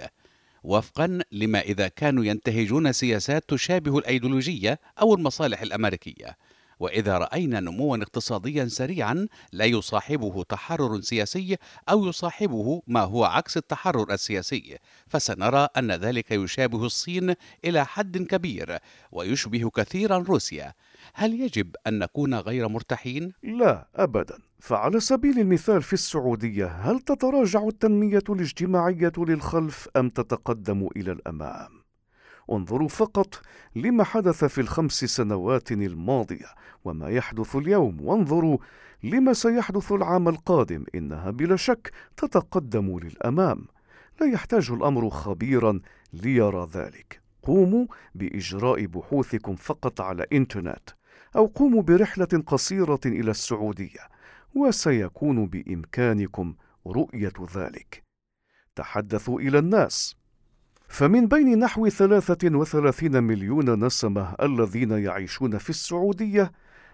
وفقا لما إذا كانوا ينتهجون سياسات تشابه الأيديولوجية أو المصالح الأمريكية. وإذا رأينا نمواً اقتصادياً سريعاً لا يصاحبه تحرر سياسي أو يصاحبه ما هو عكس التحرر السياسي، فسنرى أن ذلك يشابه الصين إلى حد كبير ويشبه كثيراً روسيا. هل يجب أن نكون غير مرتاحين؟ لا أبداً. فعلى سبيل المثال في السعودية، هل تتراجع التنمية الاجتماعية للخلف أم تتقدم إلى الأمام؟ انظروا فقط لما حدث في الخمس سنوات الماضية وما يحدث اليوم، وانظروا لما سيحدث العام القادم. إنها بلا شك تتقدم للأمام. لا يحتاج الأمر خبيرا ليرى ذلك، قوموا بإجراء بحوثكم فقط على إنترنت، أو قوموا برحلة قصيرة إلى السعودية، وسيكون بإمكانكم رؤية ذلك. تحدثوا إلى الناس، فمن بين نحو ثلاثة وثلاثين مليون نسمة الذين يعيشون في السعودية،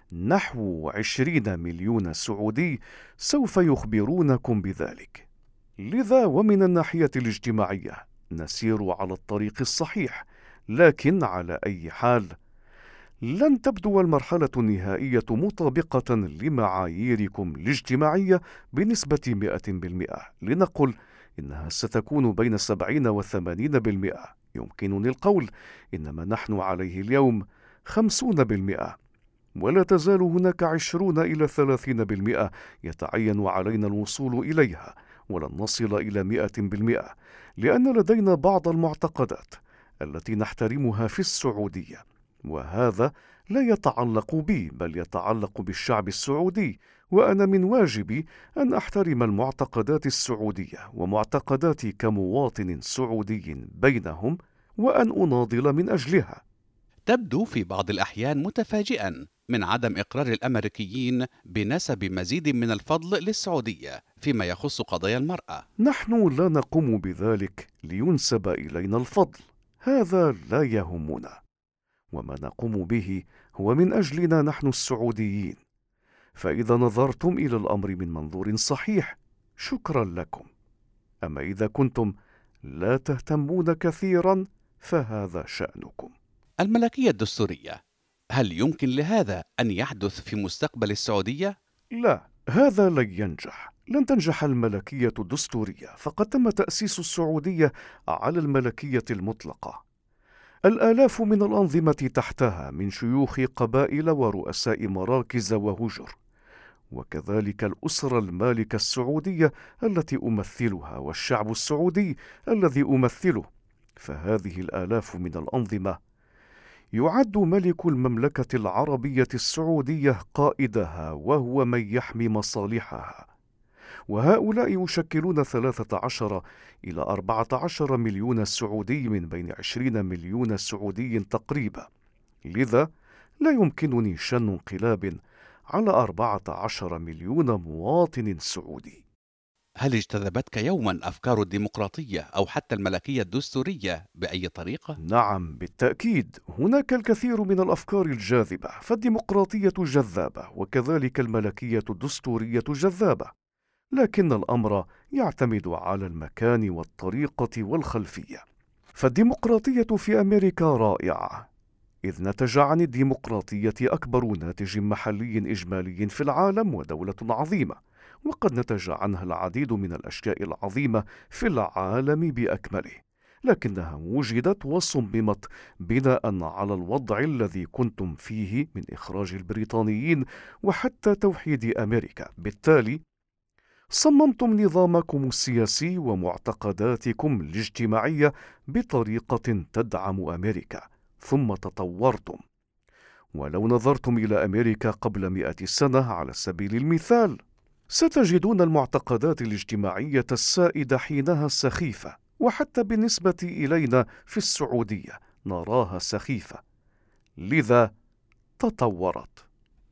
نحو عشرين مليون سعودي سوف يخبرونكم بذلك. لذا ومن الناحية الاجتماعية نسير على الطريق الصحيح، لكن على أي حال لن تبدو المرحلة النهائية مطابقة لمعاييركم الاجتماعية بنسبة مئة بالمئة. لنقل إنها ستكون بين سبعين وثمانين بالمئة. يمكنني القول إن ما نحن عليه اليوم خمسون بالمئة، ولا تزال هناك عشرون إلى ثلاثين بالمئة يتعين علينا الوصول إليها، ولن نصل إلى مئة بالمئة، لأن لدينا بعض المعتقدات التي نحترمها في السعودية، وهذا لا يتعلق بي بل يتعلق بالشعب السعودي، وأنا من واجبي أن أحترم المعتقدات السعودية ومعتقداتي كمواطن سعودي بينهم، وأن أناضل من أجلها. تبدو في بعض الأحيان متفاجئا من عدم إقرار الأمريكيين بنسب مزيد من الفضل للسعودية فيما يخص قضايا المرأة. نحن لا نقوم بذلك لينسب إلينا الفضل، هذا لا يهمنا، وما نقوم به هو من أجلنا نحن السعوديين. فإذا نظرتم إلى الأمر من منظور صحيح شكرا لكم، أما إذا كنتم لا تهتمون كثيرا فهذا شأنكم. الملكية الدستورية، هل يمكن لهذا أن يحدث في مستقبل السعودية؟ لا، هذا لن ينجح. لن تنجح الملكية الدستورية، فقد تم تأسيس السعودية على الملكية المطلقة. الآلاف من الأنظمة تحتها من شيوخ قبائل ورؤساء مراكز وهجر، وكذلك الأسرة المالكة السعودية التي أمثلها والشعب السعودي الذي أمثله. فهذه الآلاف من الأنظمة يعد ملك المملكة العربية السعودية قائدها، وهو من يحمي مصالحها، وهؤلاء يشكلون ثلاثة عشر إلى أربعة عشر مليون سعودي من بين عشرين مليون سعودي تقريبا. لذا لا يمكنني شن انقلاب على أربعة عشر مليون مواطن سعودي. هل اجتذبتك يوما أفكار الديمقراطية أو حتى الملكية الدستورية بأي طريقة؟ نعم بالتأكيد، هناك الكثير من الأفكار الجاذبة، فالديمقراطية جذابة وكذلك الملكية الدستورية جذابة، لكن الأمر يعتمد على المكان والطريقة والخلفية. فالديمقراطية في أمريكا رائعة، إذ نتج عن الديمقراطية أكبر ناتج محلي إجمالي في العالم ودولة عظيمة، وقد نتج عنها العديد من الأشياء العظيمة في العالم بأكمله، لكنها وجدت وصممت بناء على الوضع الذي كنتم فيه من إخراج البريطانيين وحتى توحيد أمريكا. بالتالي صممتم نظامكم السياسي ومعتقداتكم الاجتماعية بطريقة تدعم أمريكا، ثم تطورتم. ولو نظرتم إلى أمريكا قبل مئة سنة على سبيل المثال، ستجدون المعتقدات الاجتماعية السائدة حينها سخيفة، وحتى بالنسبة إلينا في السعودية نراها سخيفة، لذا تطورت.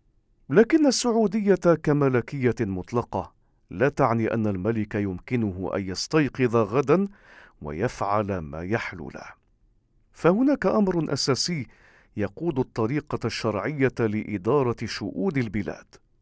لكن السعودية كملكية مطلقة لا تعني أن الملك يمكنه أن يستيقظ غدا ويفعل ما يحلو له، فهناك أمر أساسي يقود الطريقة الشرعية لإدارة شؤون البلاد،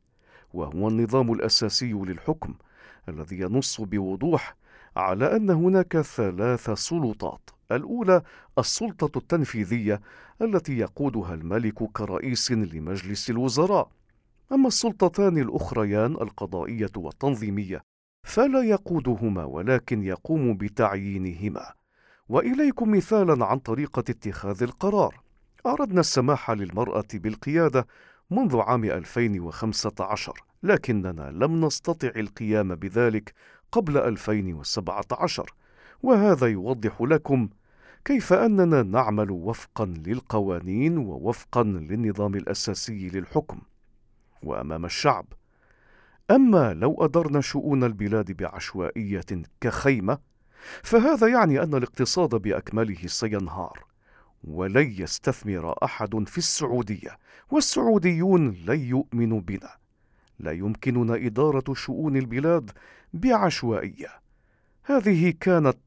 وهو النظام الأساسي للحكم الذي ينص بوضوح على أن هناك ثلاث سلطات. الأولى السلطة التنفيذية التي يقودها الملك كرئيس لمجلس الوزراء، أما السلطتان الأخريان القضائية والتنظيمية فلا يقودهما ولكن يقوم بتعيينهما. وإليكم مثالا عن طريقة اتخاذ القرار. أردنا السماح للمرأة بالقيادة منذ عام ألفين وخمسة عشر، لكننا لم نستطع القيام بذلك قبل ألفين وسبعة عشر، وهذا يوضح لكم كيف أننا نعمل وفقا للقوانين ووفقا للنظام الأساسي للحكم وأمام الشعب. أما لو أدرنا شؤون البلاد بعشوائية كخيمة فهذا يعني أن الاقتصاد بأكمله سينهار، ولن يستثمر أحد في السعودية، والسعوديون لن يؤمنوا بنا. لا يمكننا إدارة شؤون البلاد بعشوائية. هذه كانت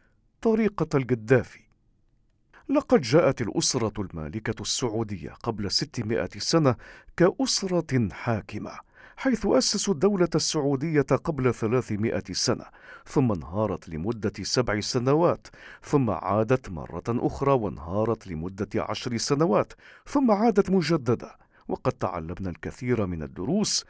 طريقة القذافي. لقد جاءت الأسرة المالكة السعودية قبل ستمائة سنة كأسرة حاكمة، حيث أسسوا الدولة السعودية قبل ثلاثمائة سنة، ثم انهارت لمدة سبع سنوات، ثم عادت مرة أخرى وانهارت لمدة عشر سنوات، ثم عادت مجددة. وقد تعلمنا الكثير من الدروس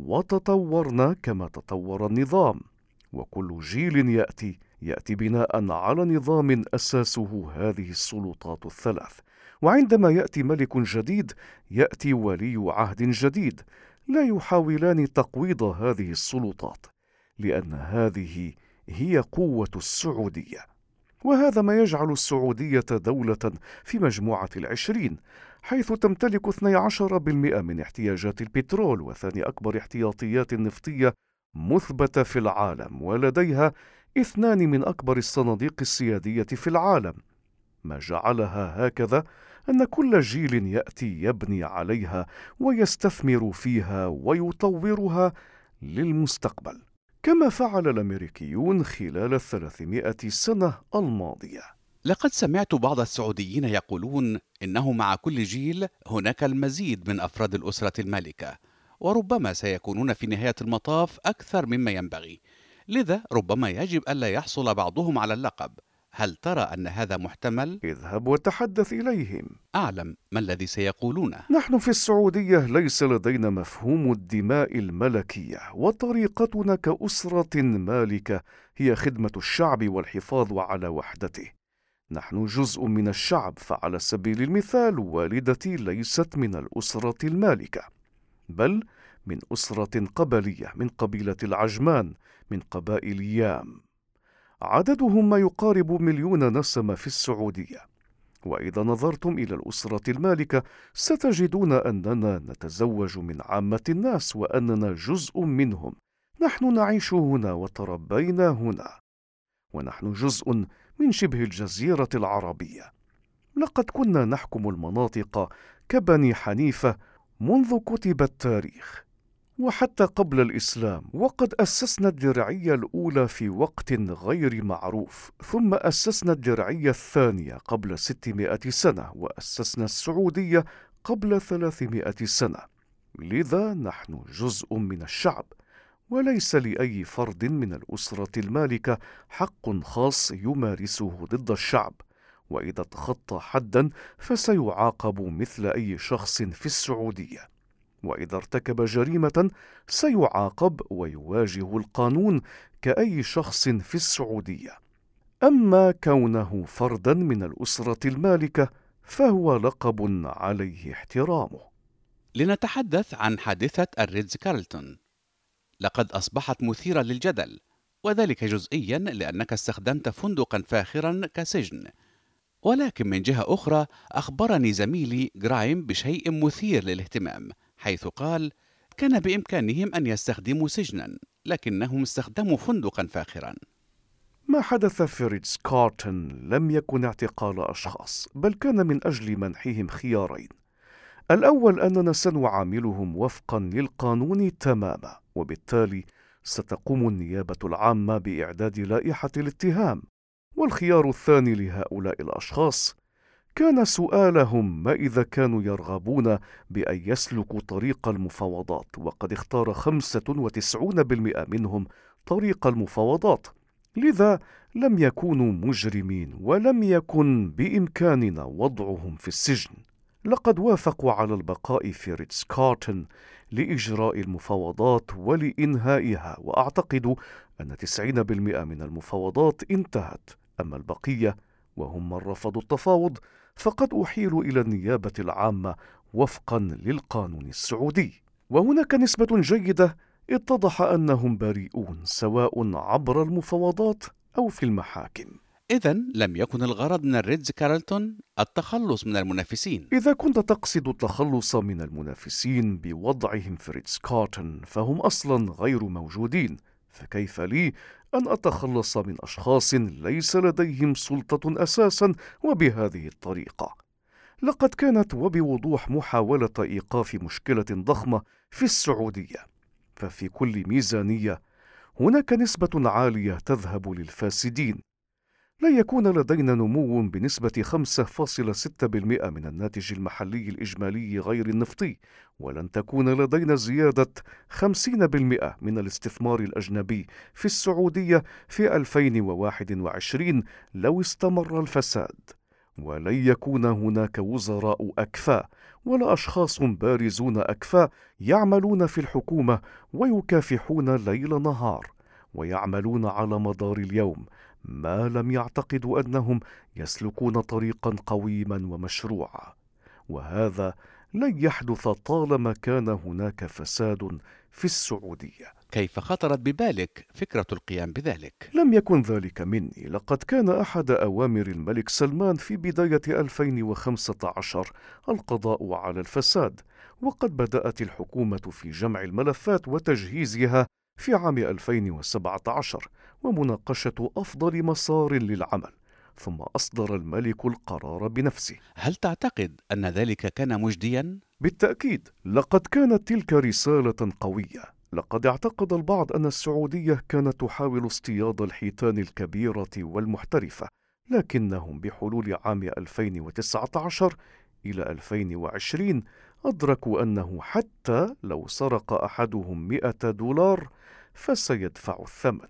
وتطورنا كما تطور النظام، وكل جيل يأتي يأتي بناء على نظام أساسه هذه السلطات الثلاث. وعندما يأتي ملك جديد يأتي ولي عهد جديد، لا يحاولان تقويض هذه السلطات، لأن هذه هي قوة السعودية. وهذا ما يجعل السعودية دولة في مجموعة العشرين، حيث تمتلك اثني عشر بالمئة من احتياجات البترول وثاني أكبر احتياطيات النفطية مثبتة في العالم، ولديها اثنان من أكبر الصناديق السيادية في العالم. ما جعلها هكذا أن كل جيل يأتي يبني عليها ويستثمر فيها ويطورها للمستقبل، كما فعل الأمريكيون خلال الثلاثمائة سنة الماضية. لقد سمعت بعض السعوديين يقولون إنه مع كل جيل هناك المزيد من أفراد الأسرة المالكة، وربما سيكونون في نهاية المطاف أكثر مما ينبغي، لذا ربما يجب ألا يحصل بعضهم على اللقب. هل ترى أن هذا محتمل؟ اذهب وتحدث إليهم. أعلم ما الذي سيقولونه. نحن في السعودية ليس لدينا مفهوم الدماء الملكية، وطريقتنا كأسرة مالكة هي خدمة الشعب والحفاظ على وحدته. نحن جزء من الشعب، فعلى سبيل المثال والدتي ليست من الأسرة المالكة، بل من أسرة قبلية من قبيلة العجمان من قبائل يام، عددهم ما يقارب مليون نسمة في السعودية. وإذا نظرتم إلى الأسرة المالكة ستجدون أننا نتزوج من عامة الناس وأننا جزء منهم. نحن نعيش هنا وتربينا هنا، ونحن جزء من شبه الجزيرة العربية. لقد كنا نحكم المناطق كبني حنيفة منذ كتب التاريخ وحتى قبل الإسلام، وقد أسسنا الدرعية الأولى في وقت غير معروف، ثم أسسنا الدرعية الثانية قبل ستمائة سنة، وأسسنا السعودية قبل ثلاثمائة سنة. لذا نحن جزء من الشعب، وليس لأي فرد من الأسرة المالكة حق خاص يمارسه ضد الشعب، وإذا تخطى حدا فسيعاقب مثل أي شخص في السعودية، وإذا ارتكب جريمة سيعاقب ويواجه القانون كأي شخص في السعودية. أما كونه فردا من الأسرة المالكة فهو لقب عليه احترامه. لنتحدث عن حادثة الريتز كارلتون. لقد أصبحت مثيرة للجدل، وذلك جزئيا لأنك استخدمت فندقا فاخرا كسجن، ولكن من جهة أخرى أخبرني زميلي جرايم بشيء مثير للاهتمام، حيث قال كان بإمكانهم أن يستخدموا سجنا، لكنهم استخدموا فندقا فاخرا. ما حدث في ريتز كارلتون لم يكن اعتقال أشخاص، بل كان من أجل منحهم خيارين. الأول أننا سنعاملهم وفقا للقانون تماما، وبالتالي ستقوم النيابة العامة بإعداد لائحة الاتهام. والخيار الثاني لهؤلاء الأشخاص كان سؤالهم ما إذا كانوا يرغبون بأن يسلكوا طريق المفاوضات، وقد اختار خمسة وتسعين بالمئة منهم طريق المفاوضات. لذا لم يكونوا مجرمين، ولم يكن بإمكاننا وضعهم في السجن. لقد وافقوا على البقاء في ريتز كارلتون لإجراء المفاوضات ولإنهائها، وأعتقد أن تسعين بالمئة من المفاوضات انتهت. أما البقية وهم من رفضوا التفاوض فقد أحيلوا إلى النيابة العامة وفقا للقانون السعودي. وهناك نسبة جيدة اتضح أنهم بريئون، سواء عبر المفاوضات أو في المحاكم. إذن لم يكن الغرض من الريتز كارلتون التخلص من المنافسين. إذا كنت تقصد التخلص من المنافسين بوضعهم في ريتز كارلتون فهم أصلا غير موجودين، فكيف لي أن أتخلص من أشخاص ليس لديهم سلطة أساسا وبهذه الطريقة؟ لقد كانت وبوضوح محاولة إيقاف مشكلة ضخمة في السعودية، ففي كل ميزانية هناك نسبة عالية تذهب للفاسدين. لن يكون لدينا نمو بنسبة خمسة فاصلة ستة بالمئة من الناتج المحلي الإجمالي غير النفطي، ولن تكون لدينا زيادة خمسين بالمئة من الاستثمار الأجنبي في السعودية في ألفين وواحد وعشرين لو استمر الفساد، ولن يكون هناك وزراء أكفاء ولا أشخاص بارزون أكفاء يعملون في الحكومة ويكافحون ليل نهار ويعملون على مدار اليوم، ما لم يعتقدوا أنهم يسلكون طريقا قويما ومشروعا. وهذا لن يحدث طالما كان هناك فساد في السعودية. كيف خطرت ببالك فكرة القيام بذلك؟ لم يكن ذلك مني، لقد كان أحد أوامر الملك سلمان في بداية ألفين وخمسة عشر القضاء على الفساد، وقد بدأت الحكومة في جمع الملفات وتجهيزها في عام ألفين وسبعة عشر ومناقشة أفضل مسار للعمل، ثم أصدر الملك القرار بنفسه. هل تعتقد أن ذلك كان مجديا؟ بالتأكيد، لقد كانت تلك رسالة قوية. لقد اعتقد البعض أن السعودية كانت تحاول اصطياد الحيتان الكبيرة والمحترفة، لكنهم بحلول عام ألفين وتسعة عشر إلى ألفين وعشرين أدركوا أنه حتى لو سرق أحدهم مئة دولار فسيدفع الثمن.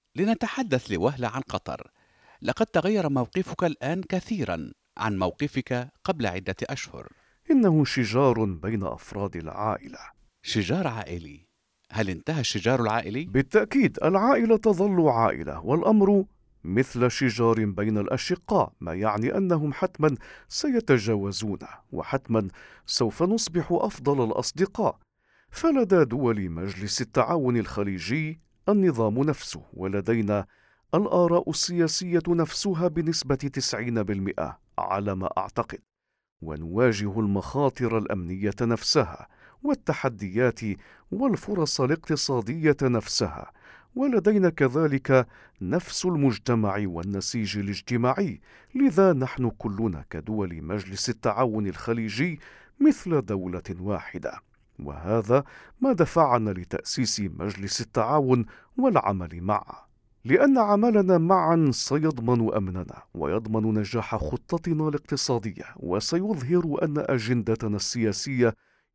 لنتحدث لوهلة عن قطر. لقد تغير موقفك الآن كثيرا عن موقفك قبل عدة أشهر. إنه شجار بين أفراد العائلة. شجار عائلي؟ هل انتهى الشجار العائلي؟ بالتأكيد، العائلة تظل عائلة، والأمر مثل شجار بين الأشقاء، ما يعني أنهم حتما سيتجاوزون، وحتما سوف نصبح أفضل الأصدقاء. فلدى دول مجلس التعاون الخليجي النظام نفسه، ولدينا الآراء السياسية نفسها بنسبة تسعين بالمئة على ما أعتقد، ونواجه المخاطر الأمنية نفسها والتحديات والفرص الاقتصادية نفسها، ولدينا كذلك نفس المجتمع والنسيج الاجتماعي. لذا نحن كلنا كدول مجلس التعاون الخليجي مثل دولة واحدة، وهذا ما دفعنا لتأسيس مجلس التعاون والعمل معه، لأن عملنا معا سيضمن أمننا ويضمن نجاح خطتنا الاقتصادية، وسيظهر أن أجندتنا السياسية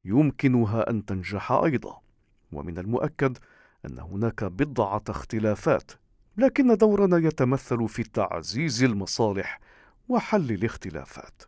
يمكنها أن تنجح أيضا. ومن المؤكد أن هناك بضعة اختلافات، لكن دورنا يتمثل في تعزيز المصالح وحل الاختلافات.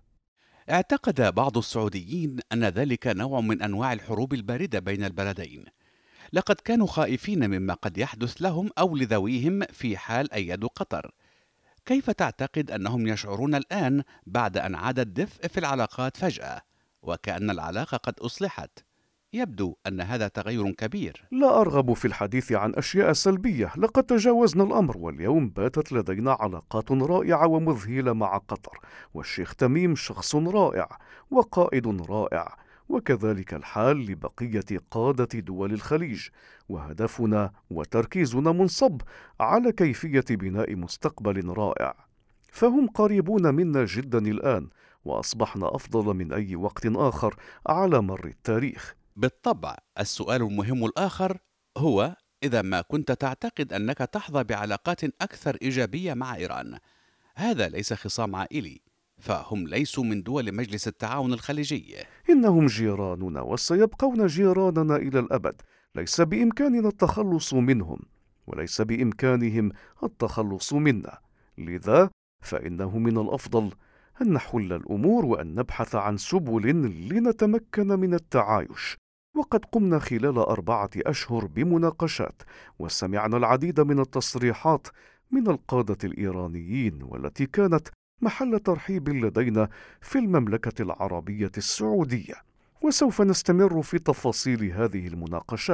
اعتقد بعض السعوديين أن ذلك نوع من أنواع الحروب الباردة بين البلدين. لقد كانوا خائفين مما قد يحدث لهم أو لذويهم في حال أيدوا قطر. كيف تعتقد أنهم يشعرون الآن بعد أن عاد الدفء في العلاقات فجأة وكأن العلاقة قد أصلحت؟ يبدو أن هذا تغير كبير. لا أرغب في الحديث عن أشياء سلبية، لقد تجاوزنا الأمر، واليوم باتت لدينا علاقات رائعة ومذهلة مع قطر، والشيخ تميم شخص رائع وقائد رائع، وكذلك الحال لبقية قادة دول الخليج، وهدفنا وتركيزنا منصب على كيفية بناء مستقبل رائع. فهم قريبون منا جدا الآن، وأصبحنا أفضل من أي وقت آخر على مر التاريخ. بالطبع. السؤال المهم الآخر هو إذا ما كنت تعتقد أنك تحظى بعلاقات أكثر إيجابية مع إيران. هذا ليس خصام عائلي، فهم ليسوا من دول مجلس التعاون الخليجي. إنهم جيراننا وسيبقون جيراننا إلى الأبد. ليس بإمكاننا التخلص منهم، وليس بإمكانهم التخلص منا. لذا فإنه من الأفضل أن نحل الأمور وأن نبحث عن سبل لنتمكن من التعايش. وقد قمنا خلال أربعة أشهر بمناقشات، وسمعنا العديد من التصريحات من القادة الإيرانيين، والتي كانت محل ترحيب لدينا في المملكة العربية السعودية. وسوف نستمر في تفاصيل هذه المناقشات،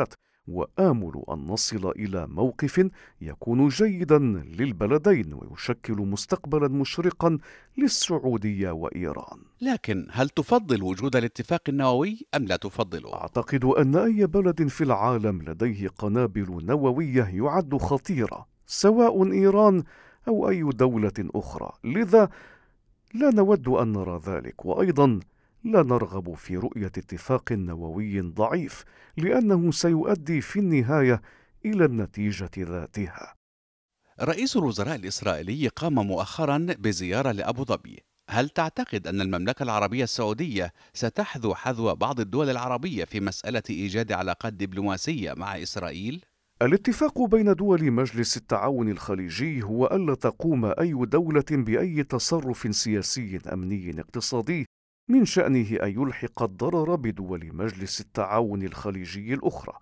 وآمل أن نصل إلى موقف يكون جيدا للبلدين ويشكل مستقبلا مشرقا للسعودية وإيران. لكن هل تفضل وجود الاتفاق النووي أم لا تفضله؟ أعتقد أن أي بلد في العالم لديه قنابل نووية يعد خطيرة، سواء إيران أو أي دولة أخرى، لذا لا نود أن نرى ذلك، وأيضا لا نرغب في رؤية اتفاق نووي ضعيف، لأنه سيؤدي في النهاية إلى النتيجة ذاتها. رئيس الوزراء الإسرائيلي قام مؤخرا بزيارة لأبو ظبي. هل تعتقد أن المملكة العربية السعودية ستحذو حذو بعض الدول العربية في مسألة إيجاد علاقات دبلوماسية مع إسرائيل؟ الاتفاق بين دول مجلس التعاون الخليجي هو ألا تقوم أي دولة بأي تصرف سياسي أمني اقتصادي من شأنه أن يلحق الضرر بدول مجلس التعاون الخليجي الأخرى،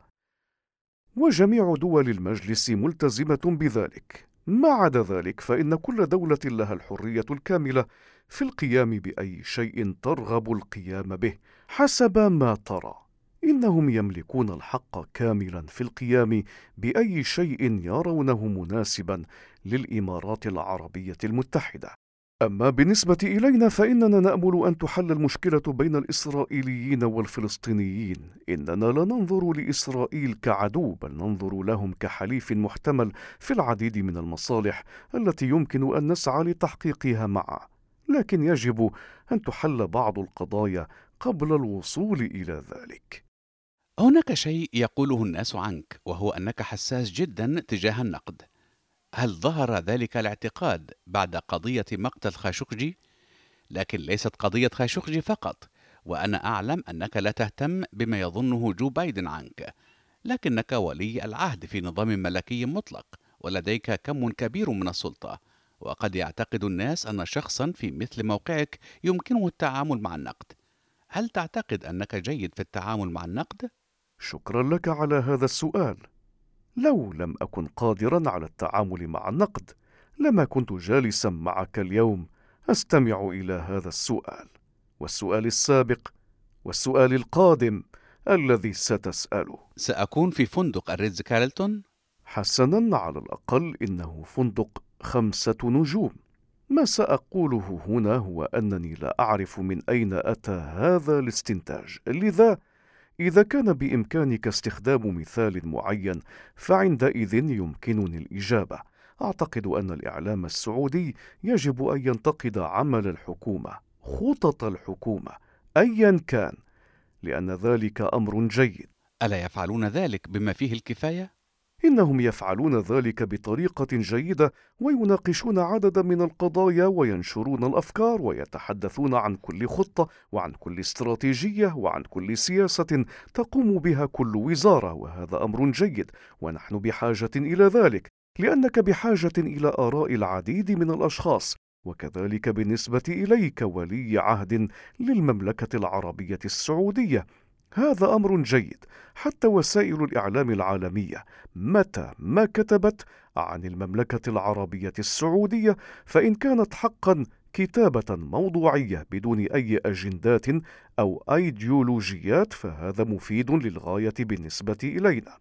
وجميع دول المجلس ملتزمة بذلك. ما عدا ذلك فإن كل دولة لها الحرية الكاملة في القيام بأي شيء ترغب القيام به حسب ما ترى. إنهم يملكون الحق كاملا في القيام بأي شيء يرونه مناسبا للإمارات العربية المتحدة. أما بالنسبة إلينا فإننا نأمل أن تحل المشكلة بين الإسرائيليين والفلسطينيين. إننا لا ننظر لإسرائيل كعدو، بل ننظر لهم كحليف محتمل في العديد من المصالح التي يمكن أن نسعى لتحقيقها معه، لكن يجب أن تحل بعض القضايا قبل الوصول إلى ذلك. هناك شيء يقوله الناس عنك، وهو أنك حساس جدا تجاه النقد. هل ظهر ذلك الاعتقاد بعد قضية مقتل خاشقجي؟ لكن ليست قضية خاشقجي فقط، وأنا أعلم أنك لا تهتم بما يظنه جو بايدن عنك، لكنك ولي العهد في نظام ملكي مطلق ولديك كم كبير من السلطة، وقد يعتقد الناس أن شخصا في مثل موقعك يمكنه التعامل مع النقد. هل تعتقد أنك جيد في التعامل مع النقد؟ شكرا لك على هذا السؤال. لو لم أكن قادرا على التعامل مع النقد لما كنت جالسا معك اليوم أستمع إلى هذا السؤال والسؤال السابق والسؤال القادم الذي ستسأله. سأكون في فندق الريتز كارلتون؟ حسنا، على الأقل إنه فندق خمسة نجوم. ما سأقوله هنا هو أنني لا أعرف من أين أتى هذا الاستنتاج، لذا إذا كان بإمكانك استخدام مثال معين فعندئذ يمكنني الإجابة. أعتقد أن الإعلام السعودي يجب أن ينتقد عمل الحكومة، خطط الحكومة أيا كان، لأن ذلك أمر جيد. ألا يفعلون ذلك بما فيه الكفاية؟ إنهم يفعلون ذلك بطريقة جيدة ويناقشون عددا من القضايا وينشرون الأفكار ويتحدثون عن كل خطة وعن كل استراتيجية وعن كل سياسة تقوم بها كل وزارة، وهذا أمر جيد ونحن بحاجة إلى ذلك، لأنك بحاجة إلى آراء العديد من الأشخاص، وكذلك بالنسبة إليك ولي عهد للمملكة العربية السعودية. هذا أمر جيد. حتى وسائل الإعلام العالمية متى ما كتبت عن المملكة العربية السعودية فإن كانت حقا كتابة موضوعية بدون أي أجندات أو أيديولوجيات فهذا مفيد للغاية بالنسبة إلينا.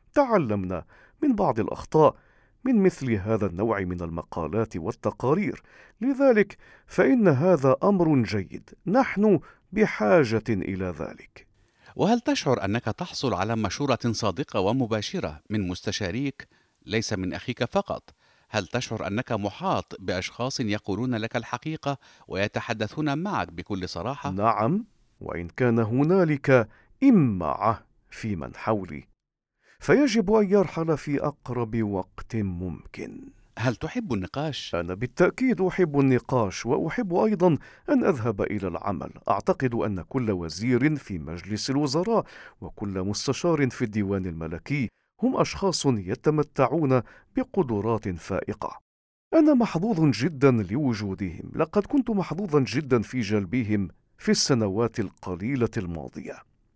تعلمنا من بعض الأخطاء من مثل هذا النوع من المقالات والتقارير، لذلك فإن هذا أمر جيد، نحن بحاجة إلى ذلك. وهل تشعر أنك تحصل على مشورة صادقة ومباشرة من مستشاريك ليس من أخيك فقط؟ هل تشعر أنك محاط بأشخاص يقولون لك الحقيقة ويتحدثون معك بكل صراحة؟ نعم، وإن كان هنالك إمعة في من حولي فيجب أن يرحل في أقرب وقت ممكن. هل تحب النقاش؟ أنا بالتأكيد أحب النقاش، وأحب أيضا أن أذهب إلى العمل. أعتقد أن كل وزير في مجلس الوزراء وكل مستشار في الديوان الملكي هم أشخاص يتمتعون بقدرات فائقة. أنا محظوظ جدا لوجودهم، لقد كنت محظوظا جدا في جلبهم في السنوات القليلة الماضية.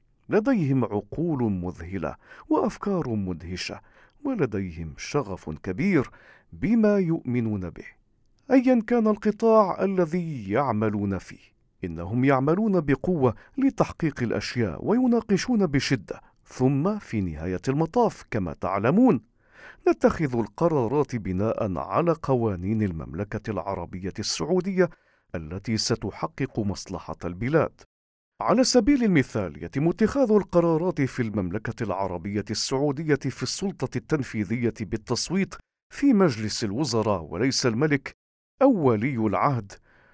لديهم عقول مذهلة وأفكار مدهشة، ولديهم شغف كبير بما يؤمنون به أيا كان القطاع الذي يعملون فيه. إنهم يعملون بقوة لتحقيق الأشياء ويناقشون بشدة، ثم في نهاية المطاف كما تعلمون نتخذ القرارات بناء على قوانين المملكة العربية السعودية التي ستحقق مصلحة البلاد. على سبيل المثال يتم اتخاذ القرارات في المملكة العربية السعودية في السلطة التنفيذية بالتصويت في مجلس الوزراء، وليس الملك أو ولي العهد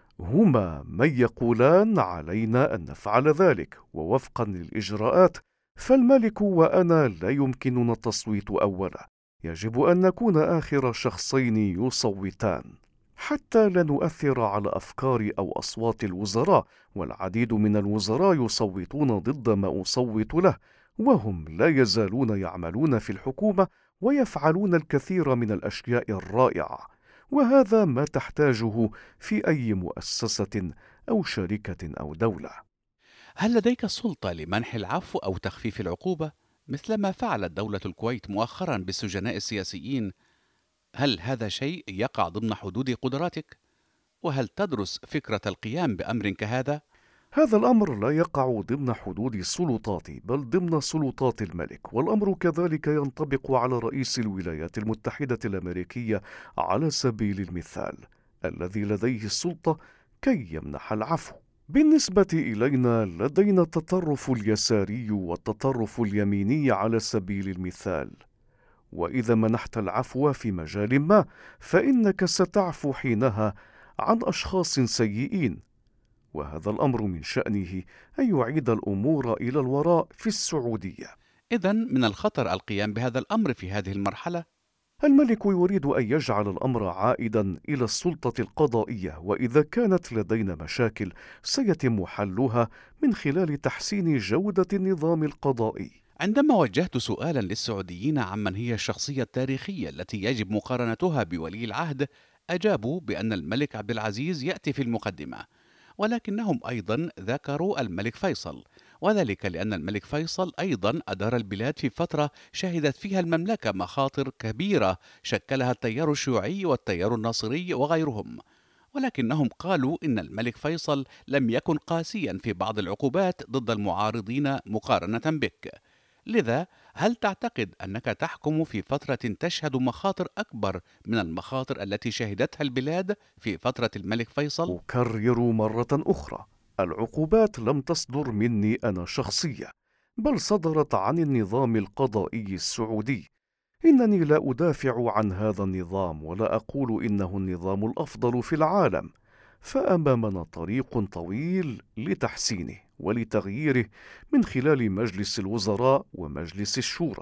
هما من يقولان علينا أن نفعل ذلك، ووفقا للإجراءات فالملك وأنا لا يمكننا التصويت أولا، يجب أن نكون آخر شخصين يصوتان حتى لا نؤثر على أفكار أو أصوات الوزراء، والعديد من الوزراء يصوتون ضد ما أصوت له، وهم لا يزالون يعملون في الحكومة ويفعلون الكثير من الأشياء الرائعة، وهذا ما تحتاجه في أي مؤسسة أو شركة أو دولة. هل لديك السلطة لمنح العفو أو تخفيف العقوبة مثل ما فعلت دولة الكويت مؤخرا بالسجناء السياسيين؟ هل هذا شيء يقع ضمن حدود قدراتك؟ وهل تدرس فكرة القيام بأمر كهذا؟ هذا الأمر لا يقع ضمن حدود سلطاتي بل ضمن سلطات الملك، والأمر كذلك ينطبق على رئيس الولايات المتحدة الأمريكية على سبيل المثال الذي لديه السلطة كي يمنح العفو. بالنسبة إلينا لدينا التطرف اليساري والتطرف اليميني على سبيل المثال، وإذا منحت العفو في مجال ما فإنك ستعفو حينها عن أشخاص سيئين، وهذا الأمر من شأنه أن يعيد الأمور إلى الوراء في السعودية. إذن من الخطر القيام بهذا الأمر في هذه المرحلة؟ الملك يريد أن يجعل الأمر عائدا إلى السلطة القضائية، وإذا كانت لدينا مشاكل سيتم حلها من خلال تحسين جودة النظام القضائي. عندما وجهت سؤالا للسعوديين عمن هي الشخصية التاريخية التي يجب مقارنتها بولي العهد، أجابوا بأن الملك عبد العزيز يأتي في المقدمة، ولكنهم أيضا ذكروا الملك فيصل، وذلك لأن الملك فيصل أيضا أدار البلاد في فترة شهدت فيها المملكة مخاطر كبيرة شكلها التيار الشيوعي والتيار الناصري وغيرهم، ولكنهم قالوا إن الملك فيصل لم يكن قاسيا في بعض العقوبات ضد المعارضين مقارنة بك. لذا هل تعتقد أنك تحكم في فترة تشهد مخاطر أكبر من المخاطر التي شهدتها البلاد في فترة الملك فيصل؟ أكرر مرة أخرى، العقوبات لم تصدر مني أنا شخصيا، بل صدرت عن النظام القضائي السعودي. إنني لا أدافع عن هذا النظام ولا أقول إنه النظام الأفضل في العالم، فأمامنا طريق طويل لتحسينه ولتغييره من خلال مجلس الوزراء ومجلس الشورى.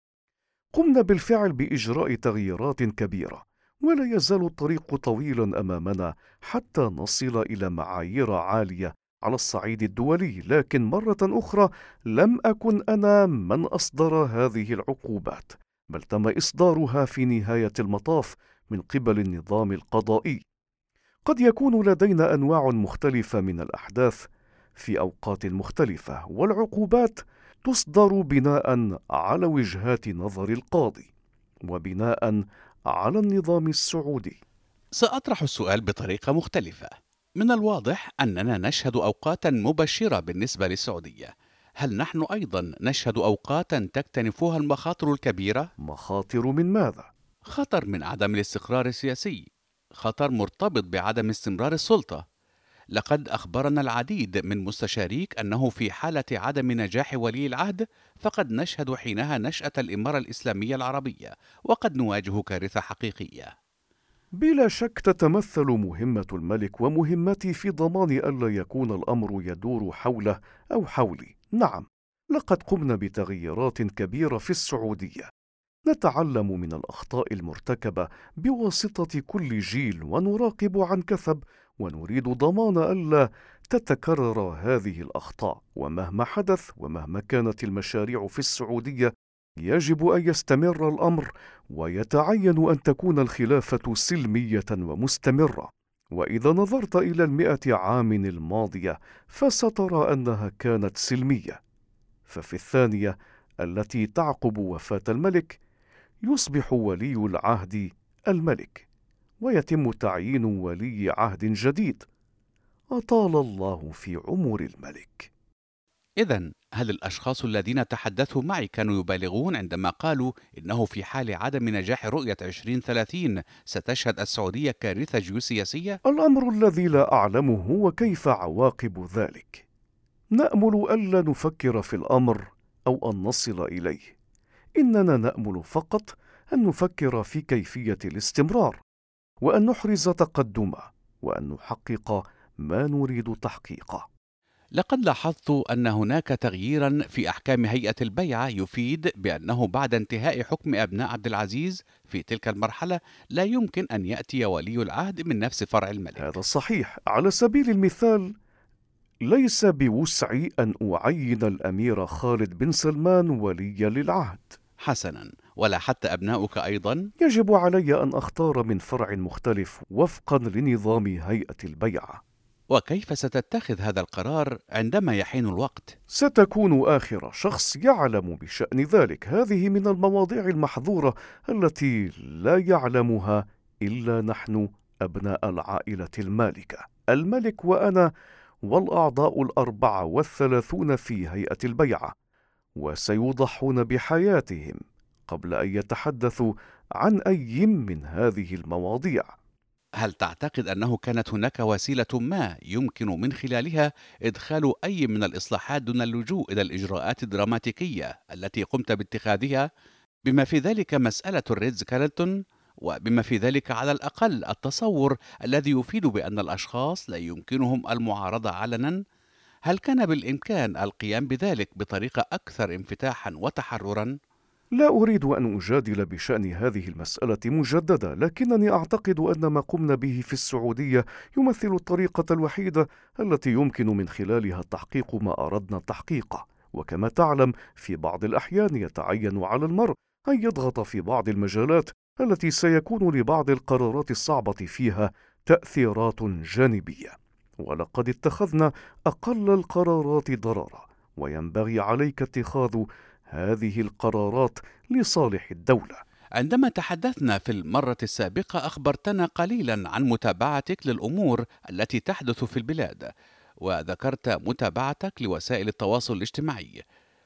قمنا بالفعل بإجراء تغييرات كبيرة، ولا يزال الطريق طويلا أمامنا حتى نصل إلى معايير عالية على الصعيد الدولي، لكن مرة أخرى لم أكن أنا من أصدر هذه العقوبات، بل تم إصدارها في نهاية المطاف من قبل النظام القضائي. قد يكون لدينا أنواع مختلفة من الأحداث في أوقات مختلفة، والعقوبات تصدر بناء على وجهات نظر القاضي وبناء على النظام السعودي. سأطرح السؤال بطريقة مختلفة. من الواضح أننا نشهد أوقاتا مبشرة بالنسبة للسعودية، هل نحن أيضا نشهد أوقاتا تكتنفها المخاطر الكبيرة؟ مخاطر من ماذا؟ خطر من عدم الاستقرار السياسي، خطر مرتبط بعدم استمرار السلطة. لقد أخبرنا العديد من مستشاريك أنه في حالة عدم نجاح ولي العهد فقد نشهد حينها نشأة الإمارة الإسلامية العربية، وقد نواجه كارثة حقيقية. بلا شك تتمثل مهمة الملك ومهمتي في ضمان ألا يكون الأمر يدور حوله أو حولي. نعم، لقد قمنا بتغييرات كبيرة في السعودية، نتعلم من الأخطاء المرتكبة بواسطة كل جيل ونراقب عن كثب، ونريد ضمان ألا تتكرر هذه الأخطاء. ومهما حدث ومهما كانت المشاريع في السعودية يجب أن يستمر الأمر، ويتعين أن تكون الخلافة سلمية ومستمرة. وإذا نظرت إلى المئة عام الماضية فسترى أنها كانت سلمية، ففي الثانية التي تعقب وفاة الملك يصبح ولي العهد الملك، ويتم تعيين ولي عهد جديد. أطال الله في عمر الملك. إذن هل الأشخاص الذين تحدثوا معي كانوا يبالغون عندما قالوا إنه في حال عدم نجاح رؤية عشرين ثلاثين ستشهد السعودية كارثة جيوسياسية؟ الأمر الذي لا أعلمه هو كيف عواقب ذلك. نأمل ألا نفكر في الأمر أو أن نصل إليه، إننا نأمل فقط أن نفكر في كيفية الاستمرار، وأن نحرز تقدما، وأن نحقق ما نريد تحقيقه. لقد لاحظت أن هناك تغييرا في أحكام هيئة البيعة يفيد بأنه بعد انتهاء حكم أبناء عبد العزيز في تلك المرحلة لا يمكن أن يأتي ولي العهد من نفس فرع الملك. هذا صحيح. على سبيل المثال، ليس بوسعي أن أعين الأمير خالد بن سلمان وليا للعهد. حسنا، ولا حتى أبناؤك أيضا؟ يجب علي أن أختار من فرع مختلف وفقا لنظام هيئة البيعة. وكيف ستتخذ هذا القرار عندما يحين الوقت؟ ستكون آخر شخص يعلم بشأن ذلك. هذه من المواضيع المحظورة التي لا يعلمها إلا نحن أبناء العائلة المالكة، الملك وأنا والأعضاء الأربعة والثلاثون في هيئة البيعة، وسيضحون بحياتهم قبل أن يتحدثوا عن أي من هذه المواضيع. هل تعتقد أنه كانت هناك وسيلة ما يمكن من خلالها إدخال أي من الإصلاحات دون اللجوء إلى الإجراءات الدراماتيكية التي قمت باتخاذها، بما في ذلك مسألة الريتز كارلتون، وبما في ذلك على الأقل التصور الذي يفيد بأن الأشخاص لا يمكنهم المعارضة علنا؟ هل كان بالإمكان القيام بذلك بطريقة أكثر انفتاحا وتحررا؟ لا أريد أن أجادل بشأن هذه المسألة مجددا، لكنني أعتقد أن ما قمنا به في السعودية يمثل الطريقة الوحيدة التي يمكن من خلالها تحقيق ما أردنا تحقيقه. وكما تعلم، في بعض الأحيان يتعين على المرء أن يضغط في بعض المجالات التي سيكون لبعض القرارات الصعبة فيها تأثيرات جانبية، ولقد اتخذنا أقل القرارات ضررا، وينبغي عليك اتخاذ هذه القرارات لصالح الدولة. عندما تحدثنا في المرة السابقة أخبرتنا قليلا عن متابعتك للأمور التي تحدث في البلاد، وذكرت متابعتك لوسائل التواصل الاجتماعي.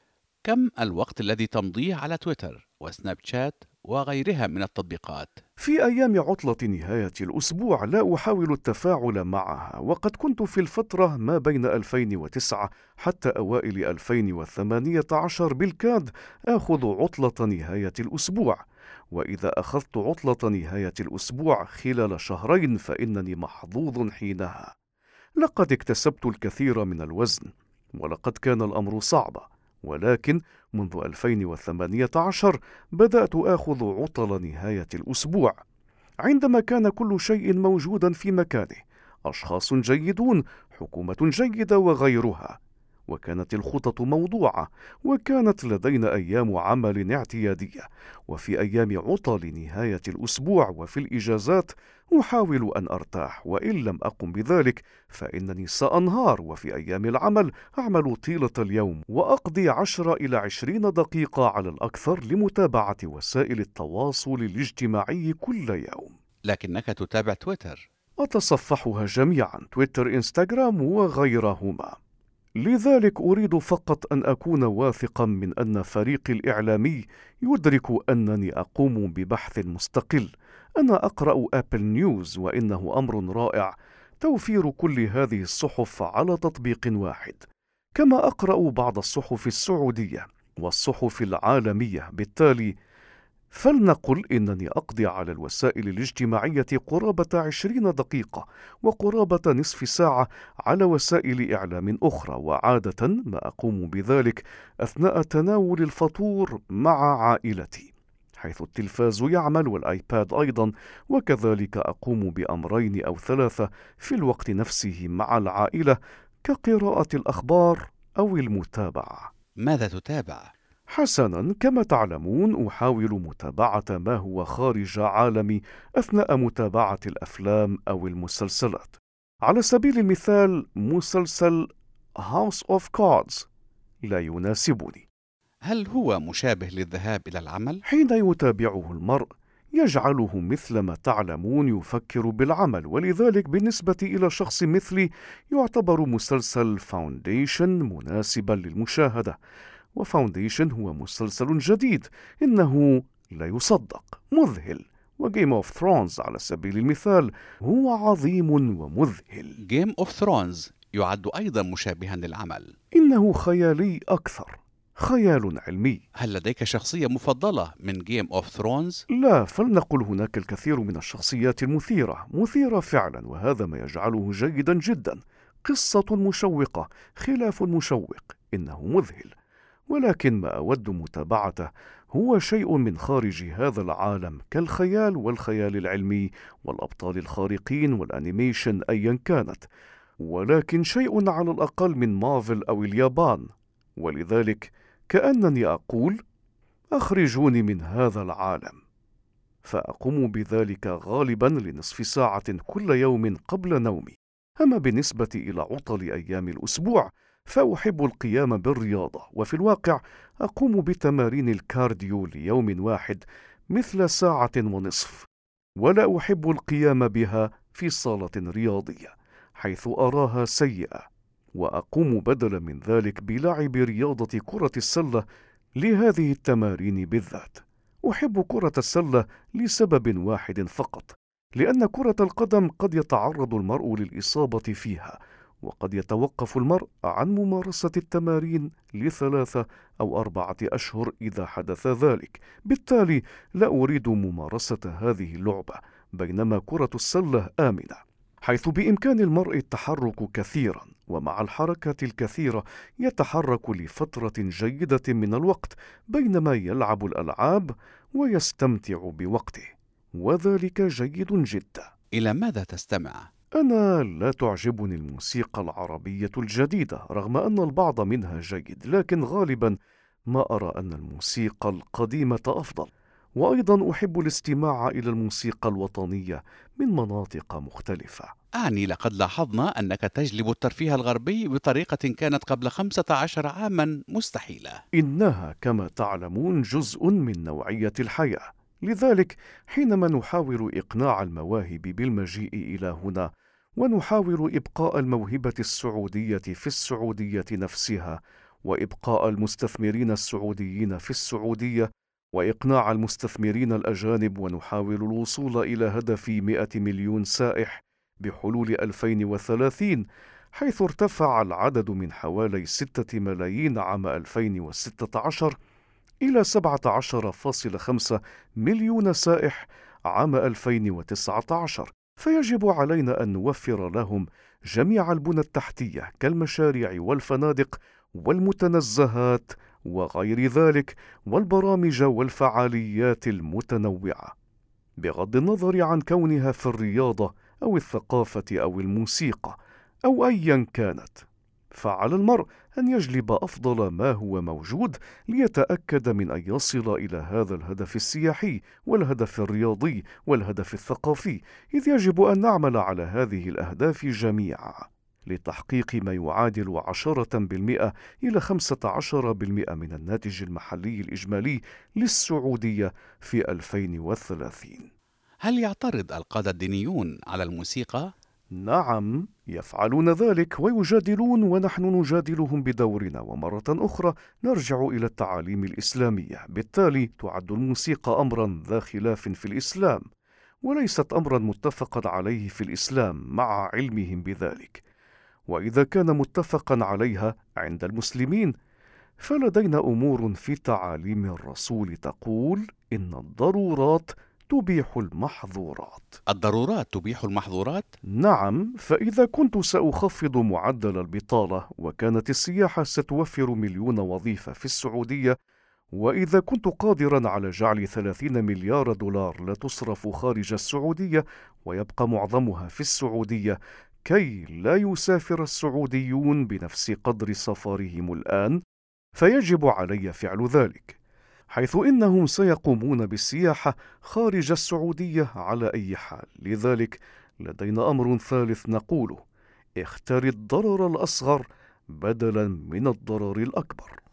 كم الوقت الذي تمضيه على تويتر وسناب شات وغيرها من التطبيقات؟ في أيام عطلة نهاية الأسبوع لا أحاول التفاعل معها، وقد كنت في الفترة ما بين ألفين وتسعة حتى أوائل ألفين وثمانية عشر بالكاد آخذ عطلة نهاية الأسبوع، وإذا أخذت عطلة نهاية الأسبوع خلال شهرين فإنني محظوظ حينها. لقد اكتسبت الكثير من الوزن، ولقد كان الأمر صعبا، ولكن منذ ألفين وثمانية عشر بدأت آخذ عطل نهاية الأسبوع عندما كان كل شيء موجودا في مكانه، أشخاص جيدون، حكومة جيدة وغيرها، وكانت الخطط موضوعة، وكانت لدينا أيام عمل اعتيادية. وفي أيام عطل نهاية الأسبوع وفي الإجازات أحاول أن أرتاح، وإن لم أقم بذلك فإنني سأنهار، وفي أيام العمل أعمل طيلة اليوم وأقضي عشر إلى عشرين دقيقة على الأكثر لمتابعة وسائل التواصل الاجتماعي كل يوم. لكنك تتابع تويتر. أتصفحها جميعا، تويتر، إنستغرام وغيرهما. لذلك أريد فقط أن أكون واثقا من أن فريقي الإعلامي يدرك أنني أقوم ببحث مستقل. أنا أقرأ أبل نيوز، وإنه أمر رائع توفير كل هذه الصحف على تطبيق واحد، كما أقرأ بعض الصحف السعودية والصحف العالمية. بالتالي فلنقل إنني أقضي على الوسائل الاجتماعية قرابة عشرين دقيقة وقرابة نصف ساعة على وسائل إعلام أخرى، وعادة ما أقوم بذلك أثناء تناول الفطور مع عائلتي، حيث التلفاز يعمل والآيباد أيضا، وكذلك أقوم بأمرين أو ثلاثة في الوقت نفسه مع العائلة كقراءة الأخبار أو المتابعة. ماذا تتابع؟ حسنا، كما تعلمون أحاول متابعة ما هو خارج عالمي أثناء متابعة الأفلام أو المسلسلات. على سبيل المثال، مسلسل House of Cards لا يناسبني. هل هو مشابه للذهاب إلى العمل؟ حين يتابعه المرء يجعله مثل ما تعلمون يفكر بالعمل، ولذلك بالنسبة إلى شخص مثلي يعتبر مسلسل فاونديشن مناسبا للمشاهدة. وفاونديشن هو مسلسل جديد، إنه لا يصدق، مذهل. وجيم اوف ثرونز على سبيل المثال هو عظيم ومذهل. جيم اوف ثرونز يعد أيضا مشابها للعمل. إنه خيالي أكثر، خيال علمي. هل لديك شخصية مفضلة من جيم اوف ثرونز؟ لا، فلنقل هناك الكثير من الشخصيات المثيرة، مثيرة فعلا، وهذا ما يجعله جيدا جدا. قصة مشوقة، خلاف مشوق، إنه مذهل. ولكن ما أود متابعته هو شيء من خارج هذا العالم، كالخيال والخيال العلمي والأبطال الخارقين والأنيميشن أيا كانت، ولكن شيء على الأقل من مارفل أو اليابان. ولذلك كأنني أقول: أخرجوني من هذا العالم. فأقوم بذلك غالبا لنصف ساعة كل يوم قبل نومي. أما بالنسبة إلى عطل أيام الأسبوع فأحب القيام بالرياضة، وفي الواقع أقوم بتمارين الكارديو ليوم واحد مثل ساعة ونصف، ولا أحب القيام بها في صالة رياضية حيث أراها سيئة، وأقوم بدلا من ذلك بلعب رياضة كرة السلة لهذه التمارين بالذات. أحب كرة السلة لسبب واحد فقط، لأن كرة القدم قد يتعرض المرء للإصابة فيها، وقد يتوقف المرء عن ممارسة التمارين لثلاثة أو أربعة أشهر إذا حدث ذلك. بالتالي لا أريد ممارسة هذه اللعبة، بينما كرة السلة آمنة، حيث بإمكان المرء التحرك كثيرا، ومع الحركة الكثيرة يتحرك لفترة جيدة من الوقت بينما يلعب الألعاب ويستمتع بوقته، وذلك جيد جدا. إلى ماذا تستمع؟ أنا لا تعجبني الموسيقى العربية الجديدة رغم أن البعض منها جيد، لكن غالبا ما أرى أن الموسيقى القديمة أفضل. وأيضا أحب الاستماع إلى الموسيقى الوطنية من مناطق مختلفة. أعني لقد لاحظنا أنك تجلب الترفيه الغربي بطريقة كانت قبل خمسة عشر عاما مستحيلة. إنها كما تعلمون جزء من نوعية الحياة، لذلك حينما نحاول إقناع المواهب بالمجيء إلى هنا، ونحاول إبقاء الموهبة السعودية في السعودية نفسها، وإبقاء المستثمرين السعوديين في السعودية، وإقناع المستثمرين الأجانب، ونحاول الوصول إلى هدف مئة مليون سائح بحلول ألفين وثلاثين، حيث ارتفع العدد من حوالي ستة ملايين عام ألفين وستة عشر إلى سبعة عشر فاصلة خمسة مليون سائح عام ألفين وتسعة عشر. فيجب علينا أن نوفر لهم جميع البنى التحتية كالمشاريع والفنادق والمتنزهات وغير ذلك، والبرامج والفعاليات المتنوعة، بغض النظر عن كونها في الرياضة أو الثقافة أو الموسيقى أو أيا كانت. فعلى المرء أن يجلب أفضل ما هو موجود ليتأكد من أن يصل إلى هذا الهدف السياحي والهدف الرياضي والهدف الثقافي، إذ يجب أن نعمل على هذه الأهداف جميعا لتحقيق ما يعادل عشرة بالمئة إلى خمسة عشر بالمئة من الناتج المحلي الإجمالي للسعودية في ألفين وثلاثين. هل يعترض القادة الدينيون على الموسيقى؟ نعم، يفعلون ذلك ويجادلون، ونحن نجادلهم بدورنا، ومرة أخرى نرجع إلى التعاليم الإسلامية. بالتالي تعد الموسيقى أمرا ذا خلاف في الإسلام، وليست أمرا متفقا عليه في الإسلام مع علمهم بذلك. وإذا كان متفقا عليها عند المسلمين، فلدينا أمور في تعاليم الرسول تقول إن الضرورات تبيح المحظورات. الضرورات تبيح المحظورات؟ نعم، فإذا كنت سأخفض معدل البطالة، وكانت السياحة ستوفر مليون وظيفة في السعودية، وإذا كنت قادرا على جعل ثلاثين مليار دولار لا تصرف خارج السعودية ويبقى معظمها في السعودية كي لا يسافر السعوديون بنفس قدر سفرهم الآن، فيجب علي فعل ذلك، حيث إنهم سيقومون بالسياحة خارج السعودية على أي حال. لذلك لدينا أمر ثالث نقوله: اختر الضرر الأصغر بدلا من الضرر الأكبر.